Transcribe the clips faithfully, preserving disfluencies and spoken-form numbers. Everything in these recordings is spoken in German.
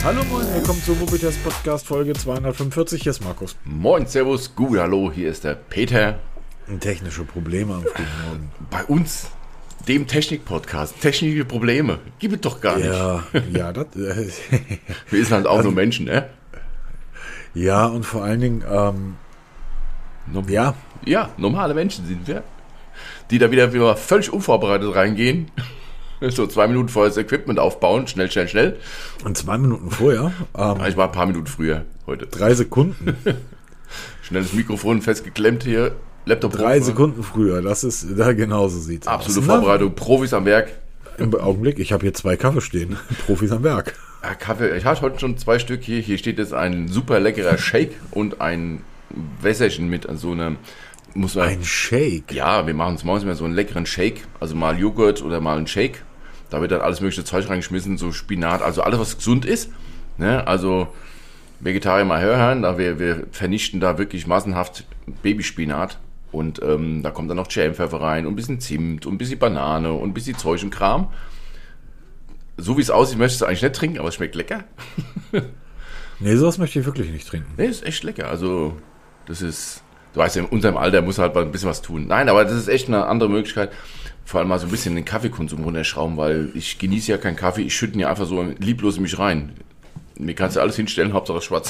Hallo moin, willkommen zu Mobiltest Podcast Folge zweihundertfünfundvierzig. Hier ist Markus. Moin, servus, gut, hallo, hier ist der Peter. Technische Probleme am frühen Morgen. Bei uns, dem Technik-Podcast, technische Probleme, gibt es doch gar nicht. Ja, ja, das... Äh, Wir sind halt auch also, nur Menschen, ne? Ja, und vor allen Dingen, ähm, Norm- ja. Ja, normale Menschen sind wir, die da wieder, wieder völlig unvorbereitet reingehen. So zwei Minuten vorher das Equipment aufbauen, schnell, schnell, schnell. Und zwei Minuten vorher, ähm, Ich war ein paar Minuten früher heute. drei Sekunden, Schnelles Mikrofon festgeklemmt hier, Laptop drei hoch, Sekunden früher, das ist, da genauso sieht's Absolute aus. Vorbereitung, Profis am Werk. Im Augenblick, ich habe hier zwei Kaffee stehen, Profis am Werk. Ja, Kaffee, ich hatte heute schon zwei Stück hier. Hier steht jetzt ein super leckerer Shake und ein Wässerchen mit so einer, muss man, Ein Shake. ja, wir machen uns morgens immer so einen leckeren Shake, also mal Joghurt oder mal einen Shake. Da wird dann alles mögliche Zeug reingeschmissen, so Spinat, also alles, was gesund ist. Ne? Also Vegetarier mal hören, da wir, wir vernichten da wirklich massenhaft Babyspinat. Und ähm, da kommt dann noch Jam-Pfeffer rein und ein bisschen Zimt und ein bisschen Banane und ein bisschen Zeug und Kram. So wie es aussieht, möchte ich es eigentlich nicht trinken, aber es schmeckt lecker. Nee, sowas möchte ich wirklich nicht trinken. Nee, ist echt lecker. Also, das ist, du weißt ja, in unserem Alter muss halt mal ein bisschen was tun. Nein, aber das ist echt eine andere Möglichkeit. Vor allem mal so ein bisschen den Kaffeekonsum runterschrauben, weil ich genieße ja keinen Kaffee, ich schütte ihn ja einfach so lieblos in mich rein. Mir kannst du alles hinstellen, Hauptsache schwarz.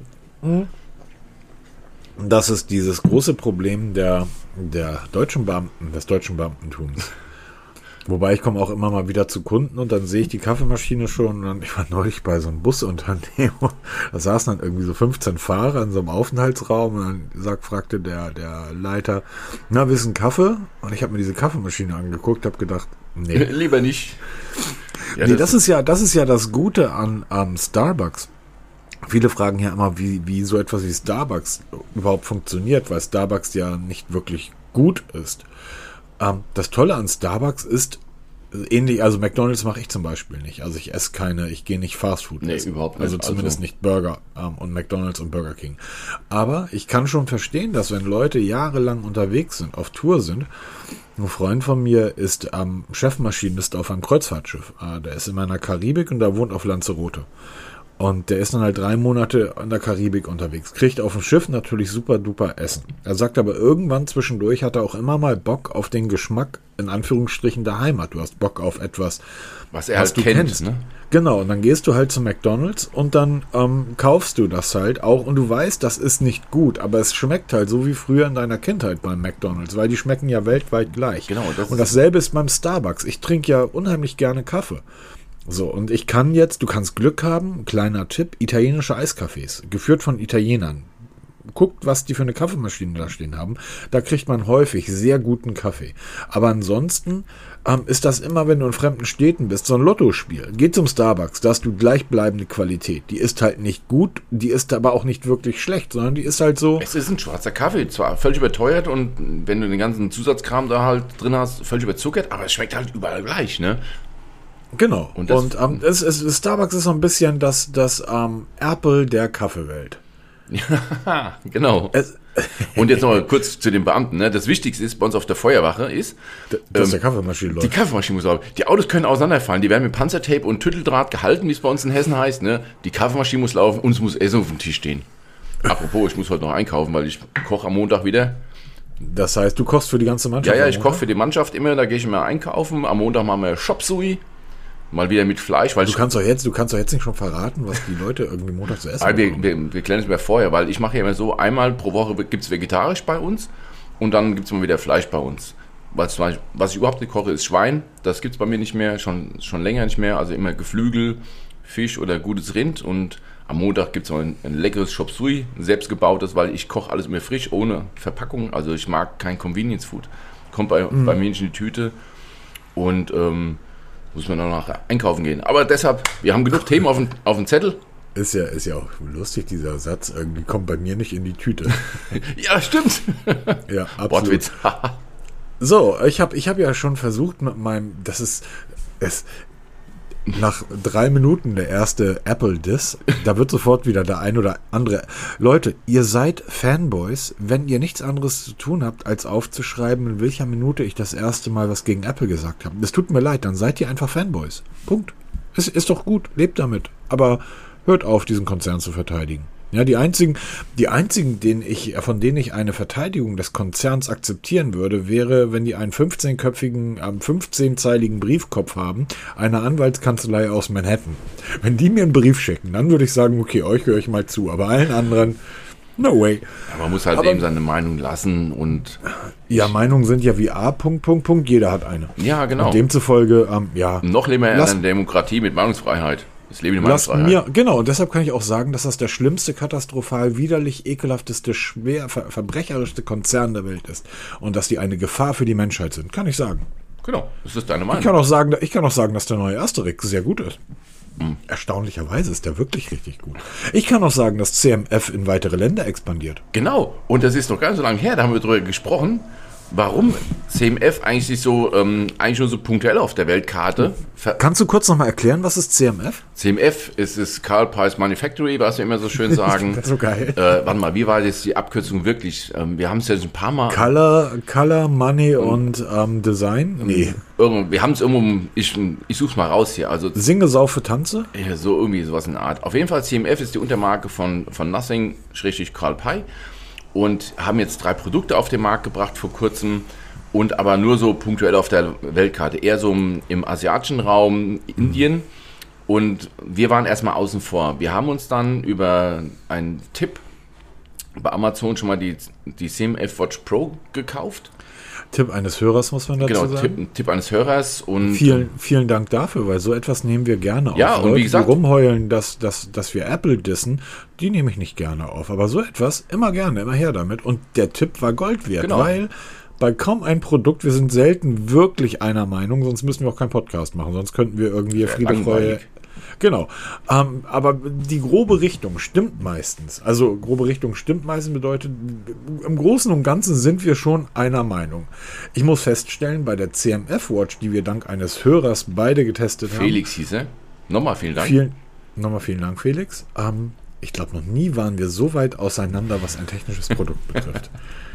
Das ist dieses große Problem der, der deutschen Beamten, des deutschen Beamtentums. Wobei ich komme auch immer mal wieder zu Kunden und dann sehe ich die Kaffeemaschine schon und dann, ich war neulich bei so einem Busunternehmen, da saßen dann irgendwie so fünfzehn Fahrer in so einem Aufenthaltsraum und dann sagt, fragte der, der Leiter, na, willst du einen Kaffee? Und ich habe mir diese Kaffeemaschine angeguckt, habe gedacht, nee. Lieber nicht. Ja, nee, das, das ist ja, das ist ja das Gute an, an Starbucks. Viele fragen ja immer, wie, wie so etwas wie Starbucks überhaupt funktioniert, weil Starbucks ja nicht wirklich gut ist. Ähm, das Tolle an Starbucks ist ähnlich, also McDonald's mache ich zum Beispiel nicht. Also ich esse keine, ich gehe nicht Fastfood Nee, essen. überhaupt nicht. Also zumindest Also- nicht Burger ähm, und McDonald's und Burger King. Aber ich kann schon verstehen, dass wenn Leute jahrelang unterwegs sind, auf Tour sind, ein Freund von mir ist ähm, Chefmaschinist auf einem Kreuzfahrtschiff. Äh, der ist in meiner Karibik und der wohnt auf Lanzarote. Und der ist dann halt drei Monate in der Karibik unterwegs. Kriegt auf dem Schiff natürlich super duper Essen. Er sagt aber irgendwann zwischendurch hat er auch immer mal Bock auf den Geschmack, in Anführungsstrichen, der Heimat. Du hast Bock auf etwas, Was er was halt du kennt, kennst. ne? Genau, und dann gehst du halt zu McDonald's und dann ähm, kaufst du das halt auch. Und du weißt, das ist nicht gut, aber es schmeckt halt so wie früher in deiner Kindheit beim McDonald's, weil die schmecken ja weltweit gleich. Genau, das und ist- dasselbe ist beim Starbucks. Ich trinke ja unheimlich gerne Kaffee. So, und ich kann jetzt, du kannst Glück haben, kleiner Tipp, italienische Eiscafés, geführt von Italienern. Guckt, was die für eine Kaffeemaschine da stehen haben. Da kriegt man häufig sehr guten Kaffee. Aber ansonsten ähm, ist das immer, wenn du in fremden Städten bist, so ein Lottospiel. Geh zum Starbucks, da hast du gleichbleibende Qualität. Die ist halt nicht gut, die ist aber auch nicht wirklich schlecht, sondern die ist halt so... Es ist ein schwarzer Kaffee, zwar völlig überteuert und wenn du den ganzen Zusatzkram da halt drin hast, völlig überzuckert, aber es schmeckt halt überall gleich, ne? Genau. Und Und, das- ähm, es, es, Starbucks ist so ein bisschen das, das ähm, Apple der Kaffeewelt. Ja, genau. Es, Und jetzt noch mal kurz zu den Beamten. Ne? Das Wichtigste ist bei uns auf der Feuerwache ist, dass ähm, der Kaffeemaschine die läuft. Kaffeemaschine muss laufen. Die Autos können auseinanderfallen. Die werden mit Panzertape und Tütteldraht gehalten, wie es bei uns in Hessen heißt. Ne? Die Kaffeemaschine muss laufen und es muss Essen auf dem Tisch stehen. Apropos, ich muss heute noch einkaufen, weil ich koche am Montag wieder. Das heißt, du kochst für die ganze Mannschaft? Ja, ja, ich oder? koche für die Mannschaft immer. Da gehe ich immer einkaufen. Am Montag machen wir Chop Suey. Mal wieder mit Fleisch. Weil Du ich, kannst doch jetzt, du kannst doch jetzt nicht schon verraten, was die Leute irgendwie Montag zu essen Ah, wir, bekommen. wir, wir klären es mal vorher, weil ich mache ja immer so, einmal pro Woche gibt es vegetarisch bei uns und dann gibt es mal wieder Fleisch bei uns. Was, was ich überhaupt nicht koche, ist Schwein. Das gibt es bei mir nicht mehr, schon, schon länger nicht mehr. Also immer Geflügel, Fisch oder gutes Rind. Und am Montag gibt es mal ein, ein leckeres Chop Suey, selbstgebautes, weil ich koche alles immer frisch, ohne Verpackung. Also ich mag kein Convenience Food. Kommt bei, Mhm. bei mir nicht in die Tüte. Und ähm, muss man dann noch einkaufen gehen. Aber deshalb, wir haben genug Themen auf dem, auf dem Zettel. Ist ja, ist ja auch lustig, dieser Satz. Irgendwie kommt bei mir nicht in die Tüte. Ja, stimmt. Ja, absolut. Wortwitz. So, ich habe ich hab ja schon versucht mit meinem, das ist, es, nach drei Minuten der erste Apple-Diss, da wird sofort wieder der ein oder andere. Leute, ihr seid Fanboys, wenn ihr nichts anderes zu tun habt, als aufzuschreiben, in welcher Minute ich das erste Mal was gegen Apple gesagt habe. Es tut mir leid, dann seid ihr einfach Fanboys. Punkt. Ist, ist doch gut, lebt damit. Aber hört auf, diesen Konzern zu verteidigen. Ja, die einzigen, die einzigen, denen ich, von denen ich eine Verteidigung des Konzerns akzeptieren würde, wäre, wenn die einen fünfzehnköpfigen, ähm, fünfzehnzeiligen Briefkopf haben, einer Anwaltskanzlei aus Manhattan. Wenn die mir einen Brief schicken, dann würde ich sagen, okay, euch höre ich mal zu, aber allen anderen, no way. Ja, man muss halt aber eben seine Meinung lassen und... Ja, Meinungen sind ja wie A, Punkt, Punkt, Punkt, jeder hat eine. Ja, genau. Und demzufolge, ähm, ja. Noch leben wir in einer Demokratie mit Meinungsfreiheit. Das Leben in Lass mir, genau, und deshalb kann ich auch sagen, dass das der schlimmste, katastrophal, widerlich, ekelhafteste, schwer, ver, verbrecherischste Konzern der Welt ist. Und dass die eine Gefahr für die Menschheit sind, kann ich sagen. Genau, das ist deine Meinung. Ich kann auch sagen, ich kann auch sagen, dass der neue Asterix sehr gut ist. Hm. Erstaunlicherweise ist der wirklich richtig gut. Ich kann auch sagen, dass C M F in weitere Länder expandiert. Genau, und das ist noch gar nicht so lange her, da haben wir drüber gesprochen, warum C M F eigentlich sich so, ähm, eigentlich nur so punktuell auf der Weltkarte. Kannst du kurz nochmal erklären, was ist C M F? C M F ist das Carl Price Manufactory, was wir immer so schön sagen. Das ist so geil. Äh, warte mal, wie war das die Abkürzung wirklich? Ähm, wir haben es ja ein paar Mal... Color, Color Money ähm, und ähm, Design? Nee. Irgendwo, wir haben es irgendwo, ich, ich suche es mal raus hier. Also, Singe, Saufe, Tanze? Ja, so irgendwie sowas in der Art. Auf jeden Fall, C M F ist die Untermarke von, von Nothing, schrägstrich Carl Pei. Und haben jetzt drei Produkte auf den Markt gebracht vor kurzem und aber nur so punktuell auf der Weltkarte, eher so im, im asiatischen Raum, Indien. Und wir waren erstmal außen vor. Wir haben uns dann über einen Tipp bei Amazon schon mal die, die C M F Watch Pro gekauft. Tipp eines Hörers, muss man dazu genau, sagen. Tipp, Tipp eines Hörers. Und vielen, vielen Dank dafür, weil so etwas nehmen wir gerne auf. Ja, und Leute, wie gesagt, die rumheulen, dass, dass, dass wir Apple dissen, die nehme ich nicht gerne auf. Aber so etwas, immer gerne, immer her damit. Und der Tipp war Gold wert, genau. weil bei kaum ein Produkt, wir sind selten wirklich einer Meinung, sonst müssen wir auch keinen Podcast machen, sonst könnten wir irgendwie ja, Friede, Freude... Genau, ähm, aber die grobe Richtung stimmt meistens. Also grobe Richtung stimmt meistens bedeutet, im Großen und Ganzen sind wir schon einer Meinung. Ich muss feststellen, bei der C M F Watch, die wir dank eines Hörers beide getestet Felix haben. Felix hieß er. Nochmal vielen Dank. Vielen, nochmal vielen Dank, Felix. Ähm, ich glaube, noch nie waren wir so weit auseinander, was ein technisches Produkt betrifft.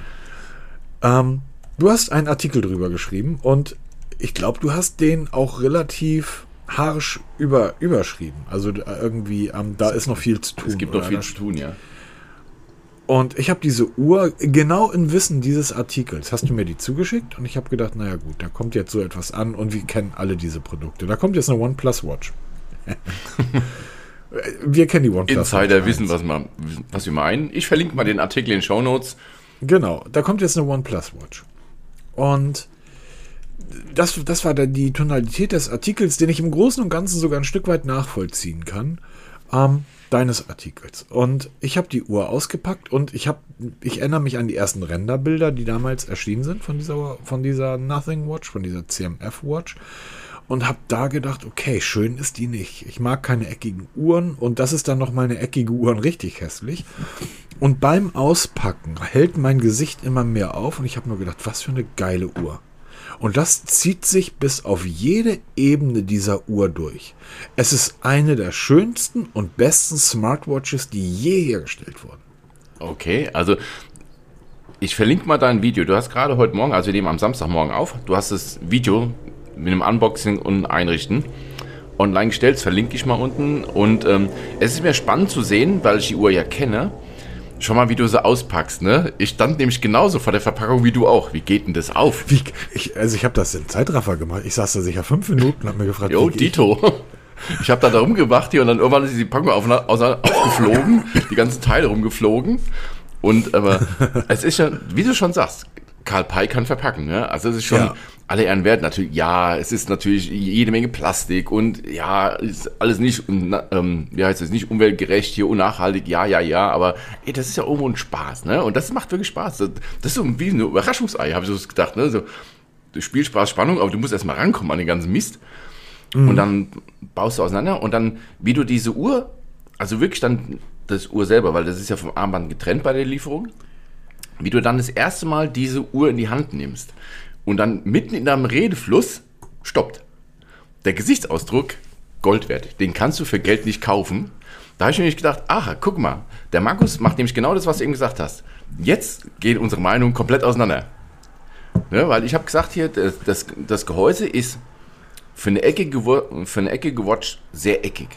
ähm, du hast einen Artikel drüber geschrieben und ich glaube, du hast den auch relativ... harsch über, überschrieben. Also irgendwie, ähm, da ist noch viel zu tun. Es gibt noch viel zu tun, ja. Und ich habe diese Uhr, genau im Wissen dieses Artikels, hast du mir die zugeschickt und ich habe gedacht, naja gut, da kommt jetzt so etwas an und wir kennen alle diese Produkte. Da kommt jetzt eine OnePlus Watch. Wir kennen die OnePlus Insider Watch wissen, was, man, was wir meinen. Ich verlinke mal den Artikel in den Shownotes. Genau, da kommt jetzt eine OnePlus Watch. Und Das, das war dann die Tonalität des Artikels, den ich im Großen und Ganzen sogar ein Stück weit nachvollziehen kann, ähm, deines Artikels. Und ich habe die Uhr ausgepackt und ich habe, ich erinnere mich an die ersten Renderbilder, die damals erschienen sind von dieser, von dieser Nothing Watch, von dieser C M F Watch. Und habe da gedacht, okay, schön ist die nicht. Ich mag keine eckigen Uhren und das ist dann noch mal eine eckige Uhr und richtig hässlich. Und beim Auspacken hält mein Gesicht immer mehr auf und ich habe nur gedacht, was für eine geile Uhr. Und das zieht sich bis auf jede Ebene dieser Uhr durch. Es ist eine der schönsten und besten Smartwatches, die je hergestellt wurden. Okay, also ich verlinke mal dein Video. Du hast gerade heute Morgen, also wir nehmen am Samstagmorgen auf, du hast das Video mit dem Unboxing und Einrichten online gestellt, das verlinke ich mal unten. Und ähm, es ist mir spannend zu sehen, weil ich die Uhr ja kenne, schau mal, wie du sie auspackst, ne? Ich stand nämlich genauso vor der Verpackung wie du auch. Wie geht denn das auf? Wie, ich, also ich habe das in Zeitraffer gemacht. Ich saß da sicher fünf Minuten und habe mir gefragt, Jo, Dito. Ich, ich habe da rumgemacht hier und dann irgendwann ist die Packung auf, auf, aufgeflogen, die ganzen Teile rumgeflogen. Und aber es ist ja, wie du schon sagst, Carl Pei kann verpacken, ne? Also es ist schon ja. alle Ehren wert. Natürlich, ja, es ist natürlich jede Menge Plastik und ja, ist alles nicht, ähm, wie heißt es, nicht umweltgerecht hier, unnachhaltig, ja, ja, ja, aber ey, das ist ja irgendwo ein Spaß, ne? Und das macht wirklich Spaß. Das, das ist so wie ein Überraschungsei, habe ich so gedacht, ne? So, Spielspaß, Spannung, aber du musst erstmal rankommen an den ganzen Mist. Mhm. Und dann baust du auseinander und dann, wie du diese Uhr, also wirklich dann das Uhr selber, weil das ist ja vom Armband getrennt bei der Lieferung, wie du dann das erste Mal diese Uhr in die Hand nimmst und dann mitten in deinem Redefluss stoppt. Der Gesichtsausdruck, Gold wert. Den kannst du für Geld nicht kaufen. Da habe ich mir nämlich gedacht, aha, guck mal, der Markus macht nämlich genau das, was du eben gesagt hast. Jetzt geht unsere Meinung komplett auseinander. Ne, weil ich habe gesagt hier, das, das, das Gehäuse ist für eine eckige, für eine eckige Watch sehr eckig.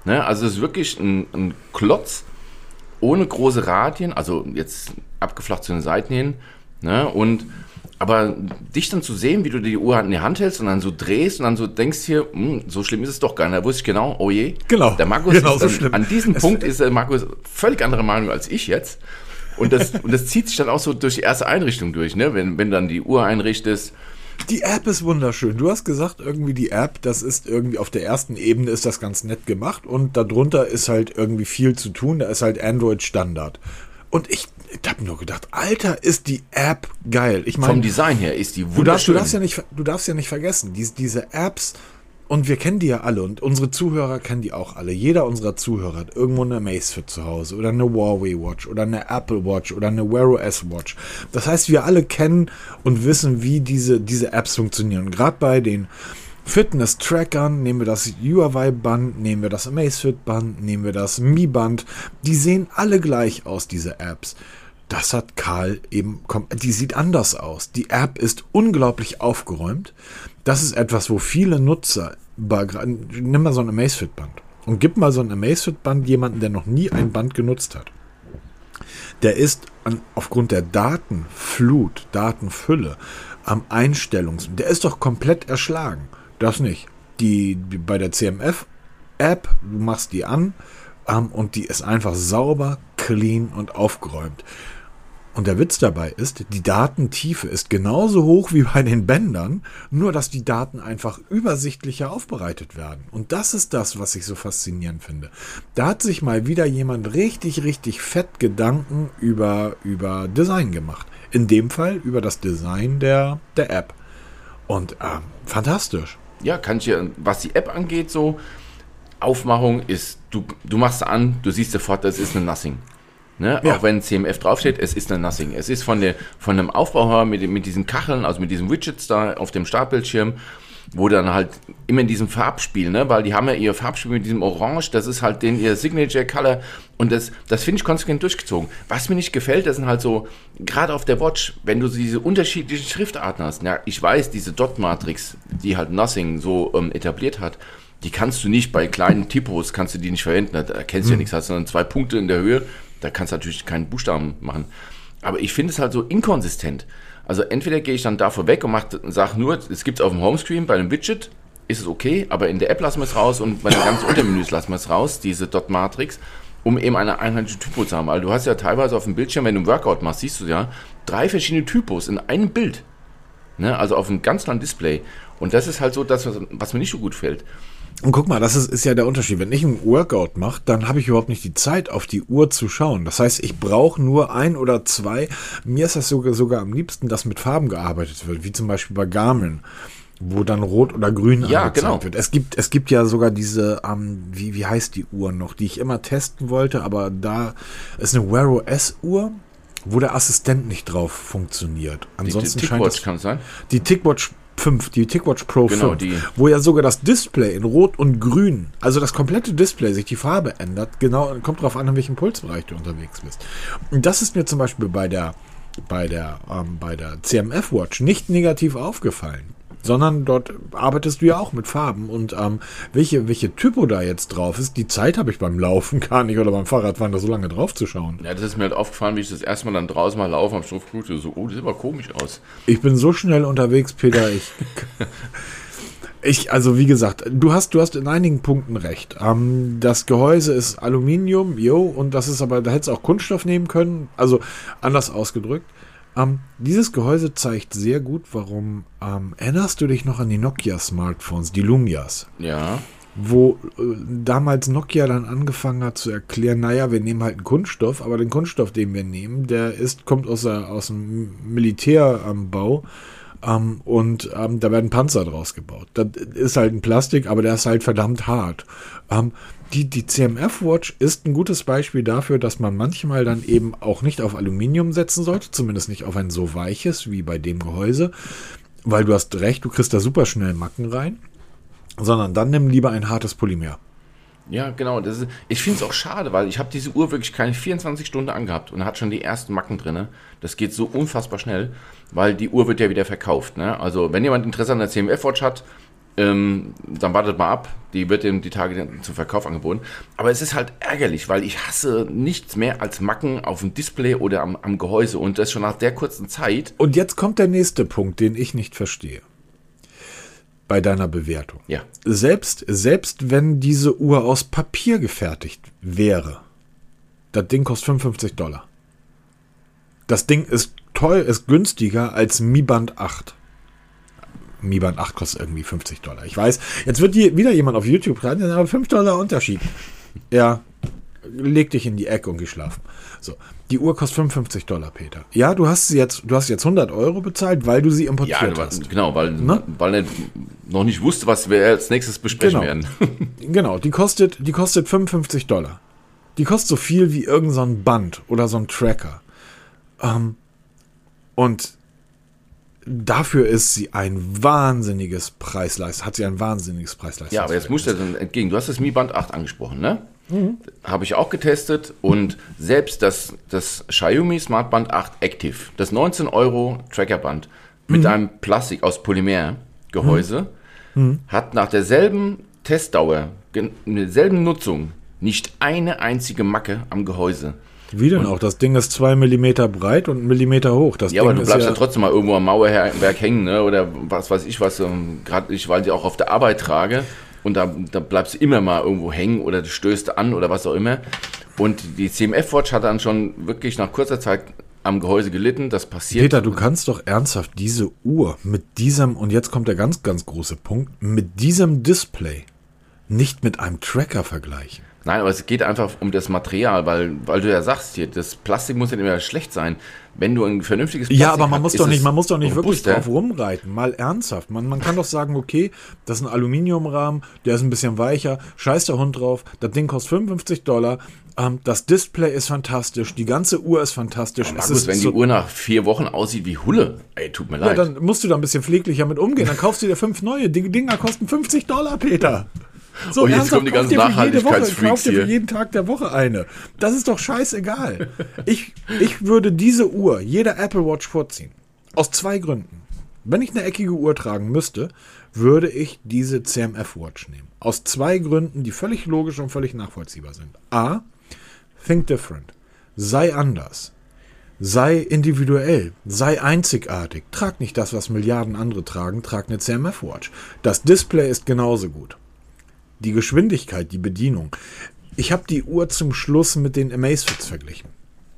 Ne? Also es ist wirklich ein, ein Klotz ohne große Radien, also jetzt abgeflacht zu den Seiten hin. Ne? Und aber dich dann zu sehen, wie du die Uhr in die Hand hältst und dann so drehst und dann so denkst hier, so schlimm ist es doch gar nicht. Da wusste ich genau, oh je. Genau, der Markus genau ist so dann, schlimm. An diesem es Punkt ist der Markus völlig anderer Meinung als ich jetzt. Und das, und das zieht sich dann auch so durch die erste Einrichtung durch, ne? Wenn, wenn dann die Uhr einrichtest. Die App ist wunderschön. Du hast gesagt, irgendwie die App, das ist irgendwie auf der ersten Ebene ist das ganz nett gemacht und darunter ist halt irgendwie viel zu tun. Da ist halt Android Standard. Und ich, ich habe nur gedacht, Alter, ist die App geil. Ich meine, vom Design her ist die du darfst, wunderschön. du darfst ja nicht, du darfst ja nicht vergessen, diese, diese Apps, und wir kennen die ja alle und unsere Zuhörer kennen die auch alle. Jeder unserer Zuhörer hat irgendwo eine Amazfit zu Hause oder eine Huawei Watch oder eine Apple Watch oder eine Wear O S Watch. Das heißt, wir alle kennen und wissen, wie diese, diese Apps funktionieren. Gerade bei den Fitness-Trackern nehmen wir das Huawei-Band, nehmen wir das Amazfit-Band, nehmen wir das Mi-Band. Die sehen alle gleich aus, diese Apps. Das hat Karl eben, die sieht anders aus. Die App ist unglaublich aufgeräumt. Das ist etwas, wo viele Nutzer, nimm mal so ein Amazfit-Band und gib mal so ein Amazfit-Band jemanden, der noch nie ein Band genutzt hat. Der ist an, aufgrund der Datenflut, Datenfülle am Einstellungs... Der ist doch komplett erschlagen. Das nicht. Die, die bei der C M F-App, du machst die an ähm, und die ist einfach sauber, clean und aufgeräumt. Und der Witz dabei ist, die Datentiefe ist genauso hoch wie bei den Bändern, nur dass die Daten einfach übersichtlicher aufbereitet werden. Und das ist das, was ich so faszinierend finde. Da hat sich mal wieder jemand richtig, richtig fett Gedanken über, über Design gemacht. In dem Fall über das Design der, der App. Und ähm, fantastisch. Ja, kann ich ja, was die App angeht, so, Aufmachung ist, du, du machst an, du siehst sofort, das ist eine Nothing. Ne? Ja. Auch wenn C M F draufsteht, es ist eine Nothing. Es ist von, der, von dem Aufbau her mit, mit diesen Kacheln, also mit diesen Widgets da auf dem Startbildschirm, wo dann halt immer in diesem Farbspiel, ne? Weil die haben ja ihr Farbspiel mit diesem Orange, das ist halt den ihr Signature Color und das, das finde ich konsequent durchgezogen. Was mir nicht gefällt, das sind halt so, gerade auf der Watch, wenn du diese unterschiedlichen Schriftarten hast, ja, ich weiß, diese Dot-Matrix, die halt Nothing so ähm, etabliert hat, die kannst du nicht bei kleinen Typos, kannst du die nicht verwenden, da erkennst du ja nichts, hast du dann zwei Punkte in der Höhe, da kannst du natürlich keinen Buchstaben machen. Aber ich finde es halt so inkonsistent. Also entweder gehe ich dann davor weg und sage nur, es gibt es auf dem Homescreen, bei einem Widget ist es okay, aber in der App lassen wir es raus und bei den ganzen Untermenüs lassen wir es raus, diese Dot-Matrix, um eben eine einheitliche Typo zu haben. Weil du hast ja teilweise auf dem Bildschirm, wenn du ein Workout machst, siehst du ja, drei verschiedene Typos in einem Bild. Ne? Also auf einem ganz kleinen Display. Und das ist halt so das, was, was mir nicht so gut gefällt. Und guck mal, das ist, ist ja der Unterschied. Wenn ich einen Workout mache, dann habe ich überhaupt nicht die Zeit, auf die Uhr zu schauen. Das heißt, ich brauche nur ein oder zwei. Mir ist das sogar, sogar am liebsten, dass mit Farben gearbeitet wird, wie zum Beispiel bei Garmin, wo dann rot oder grün ja, angezeigt genau. wird. Es gibt, es gibt ja sogar diese, ähm, wie, wie heißt die Uhr noch, die ich immer testen wollte, aber da ist eine Wear O S Uhr, wo der Assistent nicht drauf funktioniert. Ansonsten die, die scheint TicWatch es, kann es sein? Die TicWatch fünf, die TicWatch Pro genau, fünf, die. wo ja sogar das Display in Rot und Grün, also das komplette Display, sich die Farbe ändert, genau, kommt drauf an, in welchem Pulsbereich du unterwegs bist. Und das ist mir zum Beispiel bei der, bei der, ähm, bei der C M F Watch nicht negativ aufgefallen, sondern dort arbeitest du ja auch mit Farben und ähm, welche, welche Typo da jetzt drauf ist, die Zeit habe ich beim Laufen gar nicht oder beim Fahrradfahren da so lange drauf zu schauen. Ja, das ist mir halt aufgefallen, wie ich das erste Mal dann draußen mal laufe am Stoffgut, so, oh, das sieht aber komisch aus. Ich bin so schnell unterwegs, Peter, ich... Ich, also wie gesagt, du hast, du hast in einigen Punkten recht. Ähm, das Gehäuse ist Aluminium, jo, und das ist aber, da hättest du auch Kunststoff nehmen können, also anders ausgedrückt. Ähm, dieses Gehäuse zeigt sehr gut, warum, ähm, erinnerst du dich noch an die Nokia-Smartphones, die Lumias? Ja. Wo äh, damals Nokia dann angefangen hat zu erklären, naja, wir nehmen halt einen Kunststoff, aber den Kunststoff, den wir nehmen, der ist, kommt aus, der, aus dem Militärbau. Um, und um, da werden Panzer draus gebaut. Das ist halt ein Plastik, aber der ist halt verdammt hart. Um, die, die C M F Watch ist ein gutes Beispiel dafür, dass man manchmal dann eben auch nicht auf Aluminium setzen sollte, zumindest nicht auf ein so weiches wie bei dem Gehäuse, weil du hast recht, du kriegst da super schnell Macken rein, sondern dann nimm lieber ein hartes Polymer. Ja, genau. Das ist, ich finde es auch schade, weil ich habe diese Uhr wirklich keine vierundzwanzig Stunden angehabt und hat schon die ersten Macken drin. Das geht so unfassbar schnell, weil die Uhr wird ja wieder verkauft. Ne? Also wenn jemand Interesse an der C M F Watch hat, Ähm, dann wartet mal ab, die wird eben die Tage zum Verkauf angeboten. Aber es ist halt ärgerlich, weil ich hasse nichts mehr als Macken auf dem Display oder am, am Gehäuse und das schon nach der kurzen Zeit. Und jetzt kommt der nächste Punkt, den ich nicht verstehe. Bei deiner Bewertung. Ja. Selbst, selbst wenn diese Uhr aus Papier gefertigt wäre, das Ding kostet fünfundfünfzig Dollar. Das Ding ist teuer, ist günstiger als Mi Band acht. Mi Band acht kostet irgendwie fünfzig Dollar. Ich weiß, jetzt wird hier wieder jemand auf YouTube rein, aber fünf Dollar Unterschied. Ja, leg dich in die Ecke und geh schlafen. So, die Uhr kostet fünfundfünfzig Dollar, Peter. Ja, du hast sie jetzt, du hast jetzt hundert Euro bezahlt, weil du sie importiert Ja, hast. genau, weil, Ne? weil er noch nicht wusste, was wir als nächstes besprechen Genau. werden. Genau, die kostet, die kostet fünfundfünfzig Dollar. Die kostet so viel wie irgend so ein Band oder so ein Tracker. Ähm, und dafür ist sie ein wahnsinniges Preisleistung, hat sie ein wahnsinniges Preisleistung. Ja, aber jetzt musst du dann entgegen. Du hast das Mi Band acht angesprochen, ne? Mhm. Habe ich auch getestet und selbst das, das Xiaomi Smart Band acht Active, das neunzehn Euro Trackerband mit mhm. einem Plastik aus Polymer-Gehäuse, mhm. hat nach derselben Testdauer, in derselben Nutzung, nicht eine einzige Macke am Gehäuse. Wie denn und auch? Das Ding ist zwei Millimeter breit und einen Millimeter hoch. Das ja, Ding aber du ist bleibst ja, ja trotzdem mal irgendwo am Mauerwerk hängen, ne? Oder was weiß ich was. Um, Gerade ich, weil ich auch auf der Arbeit trage und da, da bleibst du immer mal irgendwo hängen oder du stößt an oder was auch immer. Und die C M F-Watch hat dann schon wirklich nach kurzer Zeit am Gehäuse gelitten. Das passiert. Peter, du kannst doch ernsthaft diese Uhr mit diesem, und jetzt kommt der ganz, ganz große Punkt, mit diesem Display nicht mit einem Tracker vergleichen. Nein, aber es geht einfach um das Material, weil, weil du ja sagst, hier, das Plastik muss ja nicht immer schlecht sein. Wenn du ein vernünftiges Plastik Ja, aber man hast, muss ist doch nicht, es man muss doch nicht wirklich robuster. drauf rumreiten. Mal ernsthaft. Man, man kann doch sagen, okay, das ist ein Aluminiumrahmen, der ist ein bisschen weicher, scheiß der Hund drauf, das Ding kostet fünfundfünfzig Dollar, ähm, das Display ist fantastisch, die ganze Uhr ist fantastisch. Ja, es Markus, ist wenn so, die Uhr nach vier Wochen aussieht wie Hulle, ey, tut mir ja, leid. dann musst du da ein bisschen pfleglicher mit umgehen. Dann kaufst du dir fünf neue. Die Dinger kosten fünfzig Dollar, Peter. So, Und jetzt ernsthaft, kommen die kauf ganzen dir für jede Woche, Nachhaltigkeitsfreaks kauf dir für hier. jeden Tag der Woche eine. Das ist doch scheißegal. Ich, ich würde diese Uhr jeder Apple Watch vorziehen. Aus zwei Gründen. Wenn ich eine eckige Uhr tragen müsste, würde ich diese C M F Watch nehmen. Aus zwei Gründen, die völlig logisch und völlig nachvollziehbar sind. A, think different. Sei anders. Sei individuell, sei einzigartig. Trag nicht das, was Milliarden andere tragen, trag eine C M F Watch. Das Display ist genauso gut. Die Geschwindigkeit, die Bedienung. Ich habe die Uhr zum Schluss mit den Amazfits verglichen.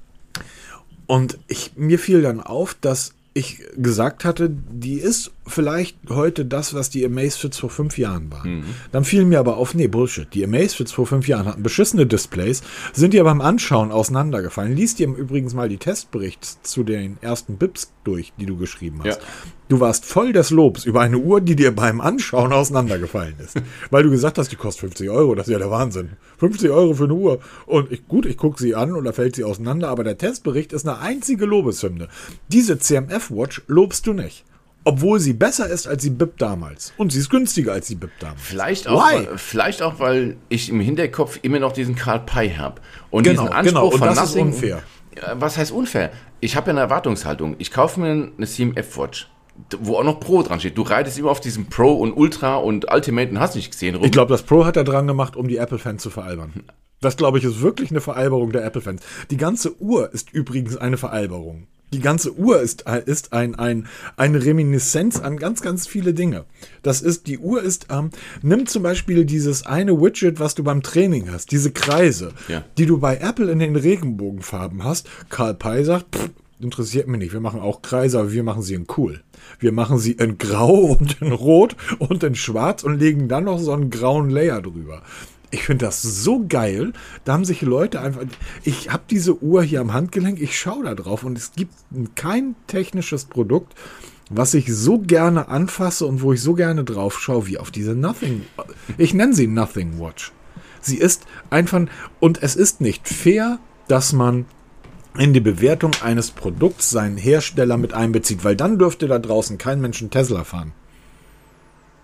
Und ich, mir fiel dann auf, dass ich gesagt hatte, die ist vielleicht heute das, was die Amazfits vor fünf Jahren waren. Mhm. Dann fiel mir aber auf, nee, Bullshit. Die Amazfits vor fünf Jahren hatten beschissene Displays, sind dir beim Anschauen auseinandergefallen. Lies dir übrigens mal die Testberichte zu den ersten Bips durch, die du geschrieben hast. Ja. Du warst voll des Lobs über eine Uhr, die dir beim Anschauen auseinandergefallen ist. Weil du gesagt hast, die kostet fünfzig Euro. Das ist ja der Wahnsinn. fünfzig Euro für eine Uhr. Und ich, gut, ich gucke sie an und da fällt sie auseinander, aber der Testbericht ist eine einzige Lobeshymne. Diese C M F Watch lobst du nicht. Obwohl sie besser ist als die Bip damals. Und sie ist günstiger als die Bip damals. Vielleicht auch, Why? weil, vielleicht auch, weil ich im Hinterkopf immer noch diesen Karl Pei habe. Und Genau, diesen Anspruch genau. Und von das ist Nothing, unfair. Ja, was heißt unfair? Ich habe ja eine Erwartungshaltung. Ich kaufe mir eine C M F Watch, wo auch noch Pro dran steht. Du reitest immer auf diesem Pro und Ultra und Ultimate und hast nicht gesehen rum. Ich glaube, das Pro hat er dran gemacht, um die Apple-Fans zu veralbern. Das, glaube ich, ist wirklich eine Veralberung der Apple-Fans. Die ganze Uhr ist übrigens eine Veralberung. Die ganze Uhr ist, ist ein, ein, eine Reminiszenz an ganz, ganz viele Dinge. Das ist, die Uhr ist, ähm, nimm zum Beispiel dieses eine Widget, was du beim Training hast, diese Kreise, Ja. die du bei Apple in den Regenbogenfarben hast. Karl Pei sagt, pff, interessiert mich nicht, wir machen auch Kreise, aber wir machen sie in cool. Wir machen sie in grau und in rot und in schwarz und legen dann noch so einen grauen Layer drüber. Ich finde das so geil. Da haben sich Leute einfach... Ich habe diese Uhr hier am Handgelenk, ich schaue da drauf und es gibt kein technisches Produkt, was ich so gerne anfasse und wo ich so gerne drauf schaue, wie auf diese Nothing... Ich nenne sie Nothing Watch. Sie ist einfach... Und es ist nicht fair, dass man in die Bewertung eines Produkts seinen Hersteller mit einbezieht, weil dann dürfte da draußen kein Mensch einen Tesla fahren.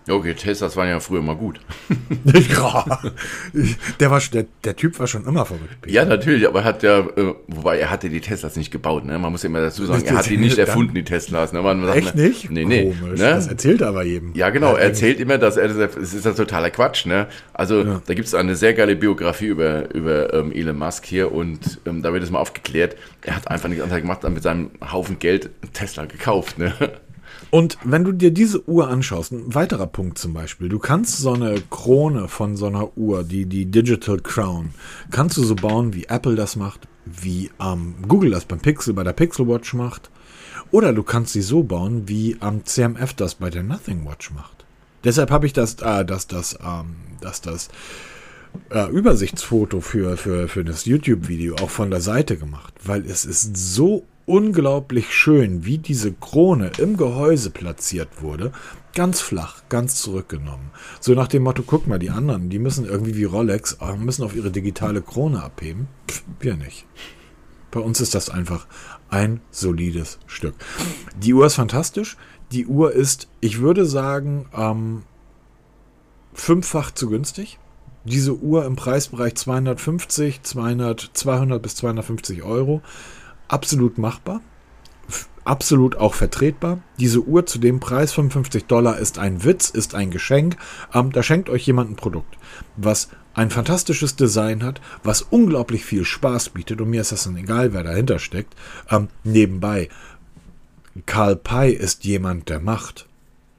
Okay, Teslas waren ja früher mal gut. Ja, der, war, der, der Typ war schon immer verrückt. Ja, natürlich, aber er hat ja, äh, wobei er hatte die Teslas nicht gebaut, ne? Man muss ja immer dazu sagen, er hat die nicht erfunden, die Teslas. Ne? Man sagt, Echt nicht? Nee, nee. Komisch, ne? Das erzählt er aber jedem. Ja, genau, er erzählt immer, dass er, das ist ja totaler Quatsch, ne? Also, ja. Da gibt es eine sehr geile Biografie über, über ähm, Elon Musk hier und ähm, da wird es mal aufgeklärt, er hat einfach nichts anderes gemacht, mit seinem Haufen Geld Tesla gekauft, ne? Und wenn du dir diese Uhr anschaust, ein weiterer Punkt zum Beispiel, du kannst so eine Krone von so einer Uhr, die, die Digital Crown, kannst du so bauen, wie Apple das macht, wie ähm, Google das beim Pixel, bei der Pixel Watch macht, oder du kannst sie so bauen, wie ähm, C M F das bei der Nothing Watch macht. Deshalb habe ich das, äh, dass das, ähm, dass das äh, Übersichtsfoto für, für, für das YouTube-Video auch von der Seite gemacht, weil es ist so unglaublich schön, wie diese Krone im Gehäuse platziert wurde. Ganz flach, ganz zurückgenommen. So nach dem Motto, guck mal, die anderen, die müssen irgendwie wie Rolex, müssen auf ihre digitale Krone abheben. Pff, wir nicht. Bei uns ist das einfach ein solides Stück. Die Uhr ist fantastisch. Die Uhr ist, ich würde sagen, ähm, fünffach zu günstig. Diese Uhr im Preisbereich zweihundertfünfzig, zweihundert, zweihundert bis zweihundertfünfzig Euro. Absolut machbar, absolut auch vertretbar. Diese Uhr zu dem Preis, fünfundfünfzig Dollar, ist ein Witz, ist ein Geschenk. Ähm, da schenkt euch jemand ein Produkt, was ein fantastisches Design hat, was unglaublich viel Spaß bietet. Und mir ist das dann egal, wer dahinter steckt. Ähm, nebenbei, Carl Pei ist jemand, der macht.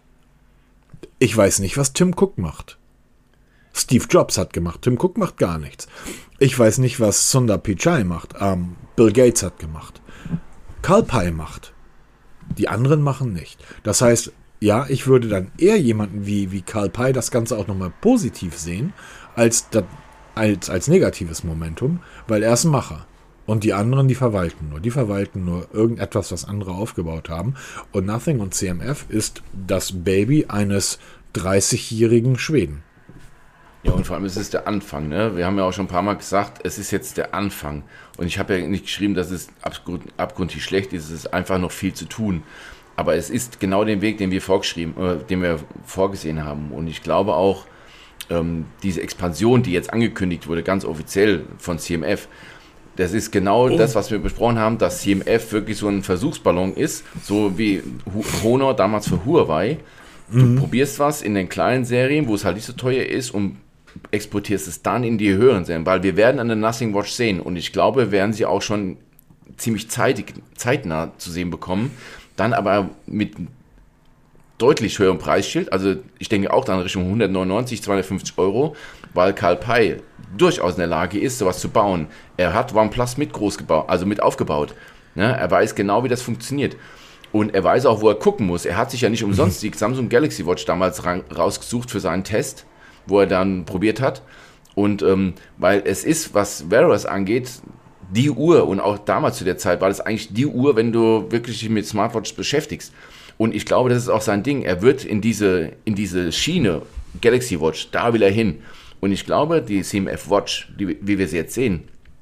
Ich weiß nicht, was Tim Cook macht. Steve Jobs hat gemacht, Tim Cook macht gar nichts. Ich weiß nicht, was Sundar Pichai macht. Ähm, Bill Gates hat gemacht. Carl Pei macht. Die anderen machen nicht. Das heißt, ja, ich würde dann eher jemanden wie, wie Carl Pei das Ganze auch nochmal positiv sehen, als, das, als, als negatives Momentum, weil er ist ein Macher. Und die anderen, die verwalten nur. Die verwalten nur irgendetwas, was andere aufgebaut haben. Und Nothing und C M F ist das Baby eines dreißigjährigen Schweden. Ja, und vor allem ist es der Anfang, ne? Wir haben ja auch schon ein paar Mal gesagt, es ist jetzt der Anfang. Und ich habe ja nicht geschrieben, dass es abgrund, abgrundtief schlecht ist, es ist einfach noch viel zu tun. Aber es ist genau den Weg, den wir vorgeschrieben, äh, den wir vorgesehen haben. Und ich glaube auch, ähm, diese Expansion, die jetzt angekündigt wurde, ganz offiziell von C M F, das ist genau oh. das, was wir besprochen haben, dass C M F wirklich so ein Versuchsballon ist, so wie Honor damals für Huawei. Du mhm. probierst was in den kleinen Serien, wo es halt nicht so teuer ist und exportierst es dann in die höheren Serien, weil wir werden eine Nothing Watch sehen und ich glaube, wir werden sie auch schon ziemlich zeitig, zeitnah zu sehen bekommen, dann aber mit deutlich höherem Preisschild, also ich denke auch dann Richtung hundertneunundneunzig, zweihundertfünfzig Euro, weil Carl Pei durchaus in der Lage ist, sowas zu bauen. Er hat OnePlus mit groß gebaut, also mit aufgebaut. Ne? Er weiß genau, wie das funktioniert. Und er weiß auch, wo er gucken muss. Er hat sich ja nicht umsonst die Samsung Galaxy Watch damals ra- rausgesucht für seinen Test, wo er dann probiert hat. Und ähm, weil es ist, was Wearers angeht, die Uhr, und auch damals zu der Zeit war das eigentlich die Uhr, wenn du wirklich dich mit Smartwatches beschäftigst. Und ich glaube, das ist auch sein Ding. Er wird in diese, in diese Schiene Galaxy Watch, da will er hin. Und ich glaube, die C M F Watch, die, wie wir sie jetzt sehen,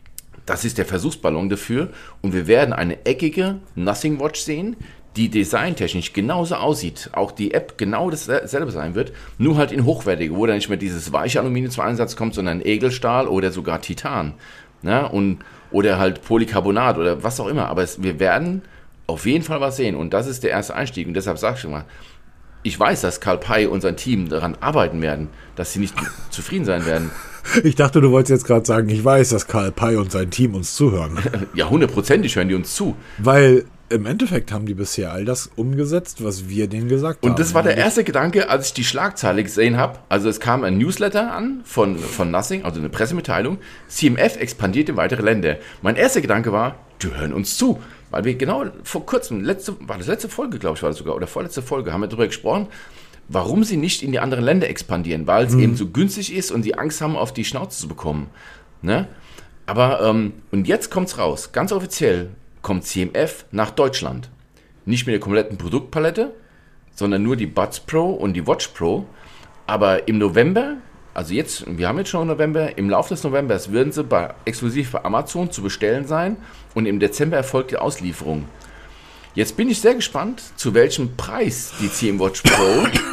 das ist der Versuchsballon dafür. Und wir werden eine eckige Nothing Watch sehen, die designtechnisch genauso aussieht, auch die App genau dasselbe sein wird, nur halt in hochwertige, wo dann nicht mehr dieses weiche Aluminium zum Einsatz kommt, sondern Edelstahl oder sogar Titan. Ne? Und, oder halt Polycarbonat oder was auch immer. Aber es, wir werden auf jeden Fall was sehen. Und das ist der erste Einstieg. Und deshalb sage ich schon mal, ich weiß, dass Carl Pei und sein Team daran arbeiten werden, dass sie nicht zufrieden sein werden. Ich dachte, du wolltest jetzt gerade sagen, ich weiß, dass Carl Pei und sein Team uns zuhören. Ja, hundertprozentig hören die uns zu. Weil im Endeffekt haben die bisher all das umgesetzt, was wir denen gesagt haben. Und das war der erste Gedanke, als ich die Schlagzeile gesehen habe. Also es kam ein Newsletter an von, von Nothing, also eine Pressemitteilung. C M F expandiert in weitere Länder. Mein erster Gedanke war, die hören uns zu. Weil wir genau vor kurzem, letzte, war das letzte Folge, glaube ich, war das sogar, oder vorletzte Folge, haben wir darüber gesprochen, warum sie nicht in die anderen Länder expandieren, weil es mhm. eben so günstig ist und die Angst haben, auf die Schnauze zu bekommen. Ne? Aber, ähm, und jetzt kommt's raus, ganz offiziell kommt C M F nach Deutschland. Nicht mit der kompletten Produktpalette, sondern nur die Buds Pro und die Watch Pro. Aber im November, also jetzt, wir haben jetzt schon November, im Laufe des Novembers werden sie bei, exklusiv bei Amazon zu bestellen sein und im Dezember erfolgt die Auslieferung. Jetzt bin ich sehr gespannt, zu welchem Preis die C M Watch Pro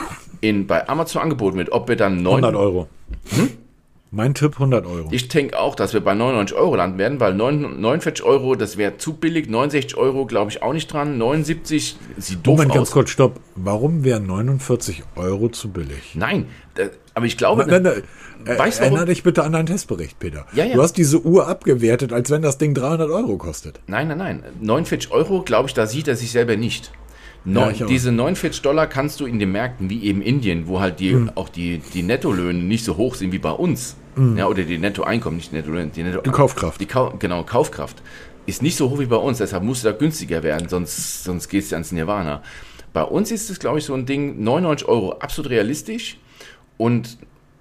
in, bei Amazon angeboten wird, ob wir dann neun hundert Euro. Hm? Mein Tipp hundert Euro. Ich denke auch, dass wir bei neunundneunzig Euro landen werden, weil neunundvierzig Euro, das wäre zu billig. neunundsechzig Euro glaube ich auch nicht dran. neunundsiebzig sieht doof Moment, aus. ganz kurz, stopp. Warum wären neunundvierzig Euro zu billig? Nein, da, aber ich glaube... Nein, nein, nein. Weißt du, Erinnere dich bitte an deinen Testbericht, Peter. Ja, ja. Du hast diese Uhr abgewertet, als wenn das Ding dreihundert Euro kostet. Nein, nein, nein. neunundvierzig Euro, glaube ich, da sieht er sich selber nicht. No, Ja, diese neunundvierzig Dollar kannst du in den Märkten wie eben Indien, wo halt die, Mhm. auch die, die Nettolöhne nicht so hoch sind wie bei uns, Mhm. ja, oder die Nettoeinkommen, nicht Nettolöhne, die Netto Die Kaufkraft. Die Kau genau, Kaufkraft ist nicht so hoch wie bei uns, deshalb musst du da günstiger werden, sonst, sonst gehst du ans Nirvana. Bei uns ist es, glaube ich, so ein Ding, neunundneunzig Euro absolut realistisch und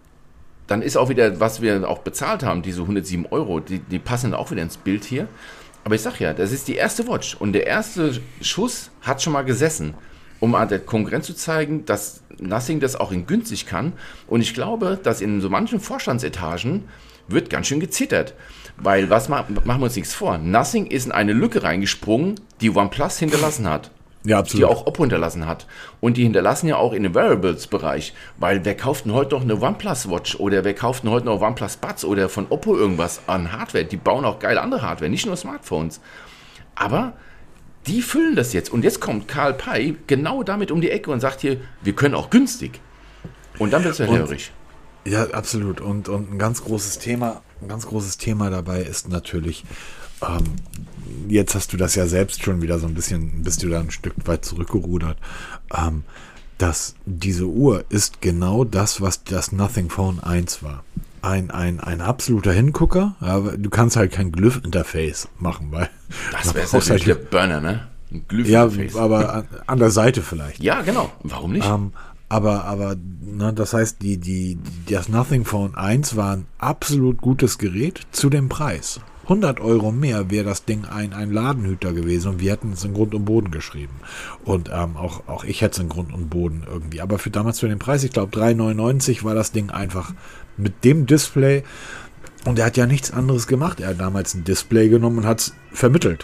dann ist auch wieder, was wir auch bezahlt haben, diese hundertsieben Euro, die, die passen auch wieder ins Bild hier. Aber ich sag ja, das ist die erste Watch und der erste Schuss hat schon mal gesessen, um an der Konkurrenz zu zeigen, dass Nothing das auch in günstig kann. Und ich glaube, dass in so manchen Vorstandsetagen wird ganz schön gezittert. Weil, was ma- machen wir uns nichts vor, Nothing ist in eine Lücke reingesprungen, die OnePlus hinterlassen hat. Ja, Die absolut. auch Oppo hinterlassen hat. Und die hinterlassen ja auch in den Wearables-Bereich. Weil wer kauft denn heute noch eine OnePlus-Watch oder wer kauft denn heute noch OnePlus Buds oder von Oppo irgendwas an Hardware? Die bauen auch geile andere Hardware, nicht nur Smartphones. Aber die füllen das jetzt. Und jetzt kommt Carl Pei genau damit um die Ecke und sagt hier, wir können auch günstig. Und dann wird es hellhörig. Ja, absolut. Und, und ein ganz großes Thema, ein ganz großes Thema dabei ist natürlich, ähm, jetzt hast du das ja selbst schon wieder so ein bisschen, bist du da ein Stück weit zurückgerudert, ähm, dass diese Uhr ist genau das, was das Nothing Phone eins war. Ein, ein, ein absoluter Hingucker, aber du kannst halt kein Glyph-Interface machen, weil Das da wäre brauchst natürlich halt, der Burner, ne? Ein ja, Glyph-Interface. aber an, an der Seite vielleicht. Ja, genau. Warum nicht? Ähm, aber, aber, ne, das heißt, die, die, die, das Nothing Phone eins war ein absolut gutes Gerät zu dem Preis. hundert Euro mehr wäre das Ding ein, ein Ladenhüter gewesen und wir hätten es in Grund und Boden geschrieben. Und ähm, auch, auch ich hätte es in Grund und Boden irgendwie. Aber für damals für den Preis, ich glaube drei neunundneunzig war das Ding einfach mit dem Display. Und er hat ja nichts anderes gemacht. Er hat damals ein Display genommen und hat es vermittelt.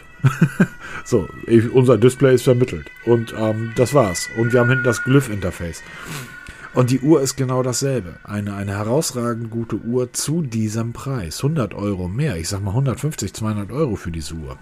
So, ich, unser Display ist vermittelt. Und ähm, das war's. Und wir haben hinten das Glyph-Interface. Und die Uhr ist genau dasselbe. Eine, eine herausragend gute Uhr zu diesem Preis. hundert Euro mehr. Ich sag mal hundertfünfzig, zweihundert Euro für diese Uhr.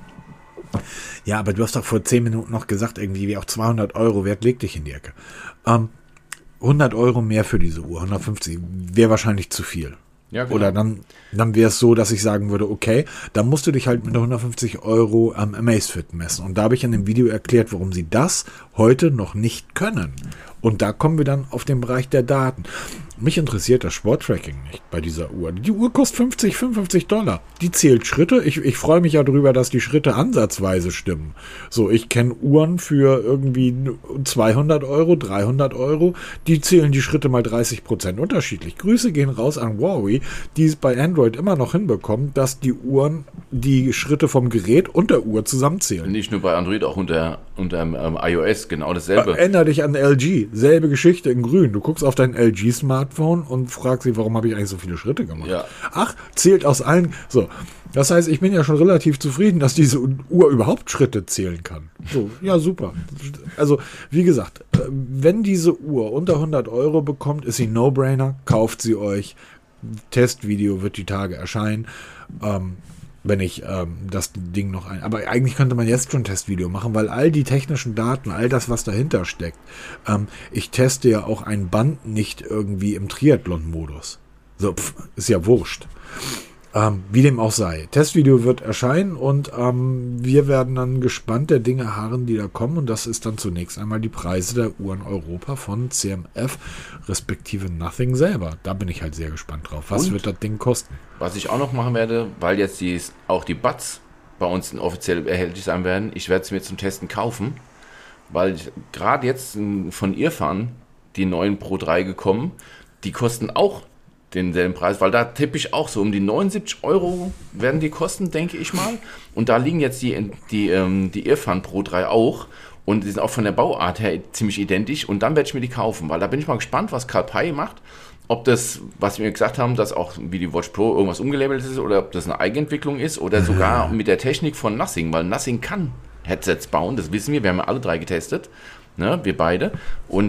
Ja, aber du hast doch vor zehn Minuten noch gesagt, irgendwie wie auch zweihundert Euro wert, leg dich in die Ecke. Ähm, hundert Euro mehr für diese Uhr. hundertfünfzig wäre wahrscheinlich zu viel. Ja, genau. Oder dann, dann wäre es so, dass ich sagen würde, okay, dann musst du dich halt mit der hundertfünfzig Euro am Amazfit messen. Und da habe ich in dem Video erklärt, warum sie das heute noch nicht können. Und da kommen wir dann auf den Bereich der Daten. Mich interessiert das Sporttracking nicht bei dieser Uhr. Die Uhr kostet fünfzig, fünfundfünfzig Dollar. Die zählt Schritte. Ich, ich freue mich ja darüber, dass die Schritte ansatzweise stimmen. So, ich kenne Uhren für irgendwie zweihundert Euro, dreihundert Euro. Die zählen die Schritte mal dreißig Prozent unterschiedlich. Grüße gehen raus an Huawei, die es bei Android immer noch hinbekommen, dass die Uhren die Schritte vom Gerät und der Uhr zusammenzählen. Nicht nur bei Android, auch unter, unter ähm, iOS, genau dasselbe. Erinner dich an L G. Selbe Geschichte in grün. Du guckst auf dein L G-Smartphone und fragst dich, warum habe ich eigentlich so viele Schritte gemacht? Ja. Ach, zählt aus allen. So, das heißt, ich bin ja schon relativ zufrieden, dass diese Uhr überhaupt Schritte zählen kann. So, ja, super. Also, wie gesagt, wenn diese Uhr unter hundert Euro bekommt, ist sie No-Brainer. Kauft sie euch. Testvideo wird die Tage erscheinen. Ähm, wenn ich ähm, das Ding noch ein... Aber eigentlich könnte man jetzt schon ein Testvideo machen, weil all die technischen Daten, all das, was dahinter steckt, ähm, ich teste ja auch ein Band nicht irgendwie im Triathlon-Modus. So, pff, ist ja wurscht. Ähm, wie dem auch sei. Testvideo wird erscheinen und ähm, wir werden dann gespannt der Dinge harren, die da kommen. Und das ist dann zunächst einmal die Preise der Uhren Europa von C M F, respektive Nothing selber. Da bin ich halt sehr gespannt drauf. Was Und? wird das Ding kosten? Was ich auch noch machen werde, weil jetzt die, auch die Buds bei uns offiziell erhältlich sein werden, ich werde es mir zum Testen kaufen, weil gerade jetzt von Irfan die neuen Pro drei gekommen, die kosten auch denselben Preis, weil da tippe ich auch so um die neunundsiebzig Euro werden die kosten, denke ich mal. Und da liegen jetzt die, die, ähm, die Irfan Pro drei auch und die sind auch von der Bauart her ziemlich identisch und dann werde ich mir die kaufen, weil da bin ich mal gespannt, was Carl Pei macht. Ob das, was wir gesagt haben, dass auch wie die Watch Pro irgendwas umgelabelt ist oder ob das eine Eigenentwicklung ist oder sogar mit der Technik von Nothing, weil Nothing kann Headsets bauen, das wissen wir, wir haben ja alle drei getestet, ne, wir beide. Und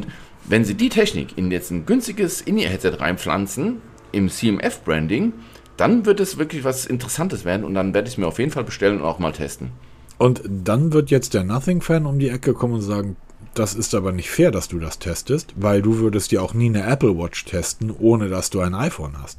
wenn sie die Technik in jetzt ein günstiges In-Ear-Headset reinpflanzen, im C M F-Branding, dann wird es wirklich was Interessantes werden und dann werde ich es mir auf jeden Fall bestellen und auch mal testen. Und dann wird jetzt der Nothing-Fan um die Ecke kommen und sagen, das ist aber nicht fair, dass du das testest, weil du würdest ja auch nie eine Apple Watch testen, ohne dass du ein iPhone hast.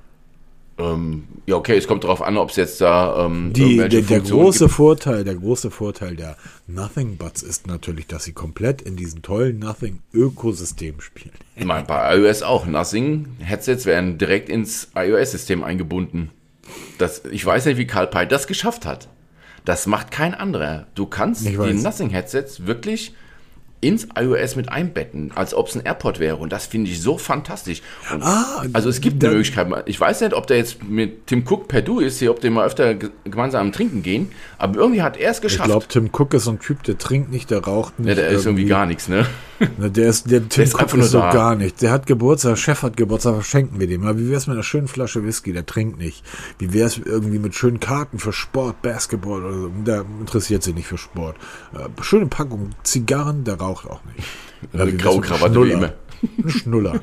Ähm, ja, okay, es kommt darauf an, ob es jetzt da ähm, Die, der, der Funktionen große gibt. Vorteil, der große Vorteil der Nothing Buds ist natürlich, dass sie komplett in diesem tollen Nothing-Ökosystem spielen. Ich meine, bei iOS auch. Nothing-Headsets werden direkt ins iOS-System eingebunden. Das, ich weiß nicht, wie Carl Pei das geschafft hat. Das macht kein anderer. Du kannst Ich die weiß. Nothing-Headsets wirklich ins iOS mit einbetten, als ob es ein AirPod wäre. Und das finde ich so fantastisch. Und Ah, also es gibt dann- eine Möglichkeit. Ich weiß nicht, ob der jetzt mit Tim Cook per Du ist, hier, ob die mal öfter ge- gemeinsam am Trinken gehen. Aber irgendwie hat er es Ich geschafft. glaube, Tim Cook ist so ein Typ, der trinkt nicht, der raucht nicht. ja, der ist irgendwie gar nichts, ne? Ne, der ist, der Tim ist Cook einfach nur ist so da. gar nicht. Der hat Geburtstag, der Chef hat Geburtstag, was schenken wir dem? Aber wie wär's mit einer schönen Flasche Whisky? Der trinkt nicht. Wie wär's irgendwie mit schönen Karten für Sport, Basketball oder so? Der interessiert sich nicht für Sport. Äh, schöne Packung Zigarren, der raucht auch nicht. Ja, Eine wie graue wär's mit einem Krawatte wie Schnuller? immer. Ein Schnuller.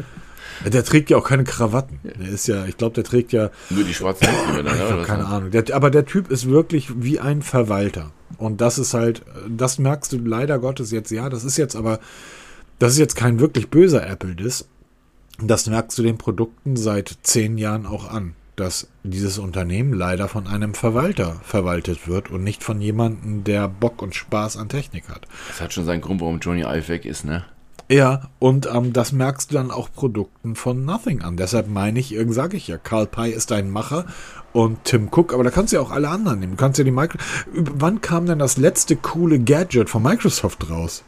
Ja, der trägt ja auch keine Krawatten. Der ist ja, ich glaube, der trägt ja, Nur die schwarzen Hemden, oder? ich oder habe was? keine Ahnung. Der, aber der Typ ist wirklich wie ein Verwalter. Und das ist halt, das merkst du leider Gottes jetzt, ja, das ist jetzt aber, das ist jetzt kein wirklich böser Apple-Diss. Das merkst du den Produkten seit zehn Jahren auch an, dass dieses Unternehmen leider von einem Verwalter verwaltet wird und nicht von jemandem, der Bock und Spaß an Technik hat. Das hat schon seinen Grund, warum Johnny Ive weg ist, ne? Ja, und ähm, das merkst du dann auch Produkten von Nothing an. Deshalb meine ich, sage ich ja, Carl Pei ist ein Macher und Tim Cook, aber da kannst du ja auch alle anderen nehmen. Du kannst ja die Micro. Wann kam denn das letzte coole Gadget von Microsoft raus?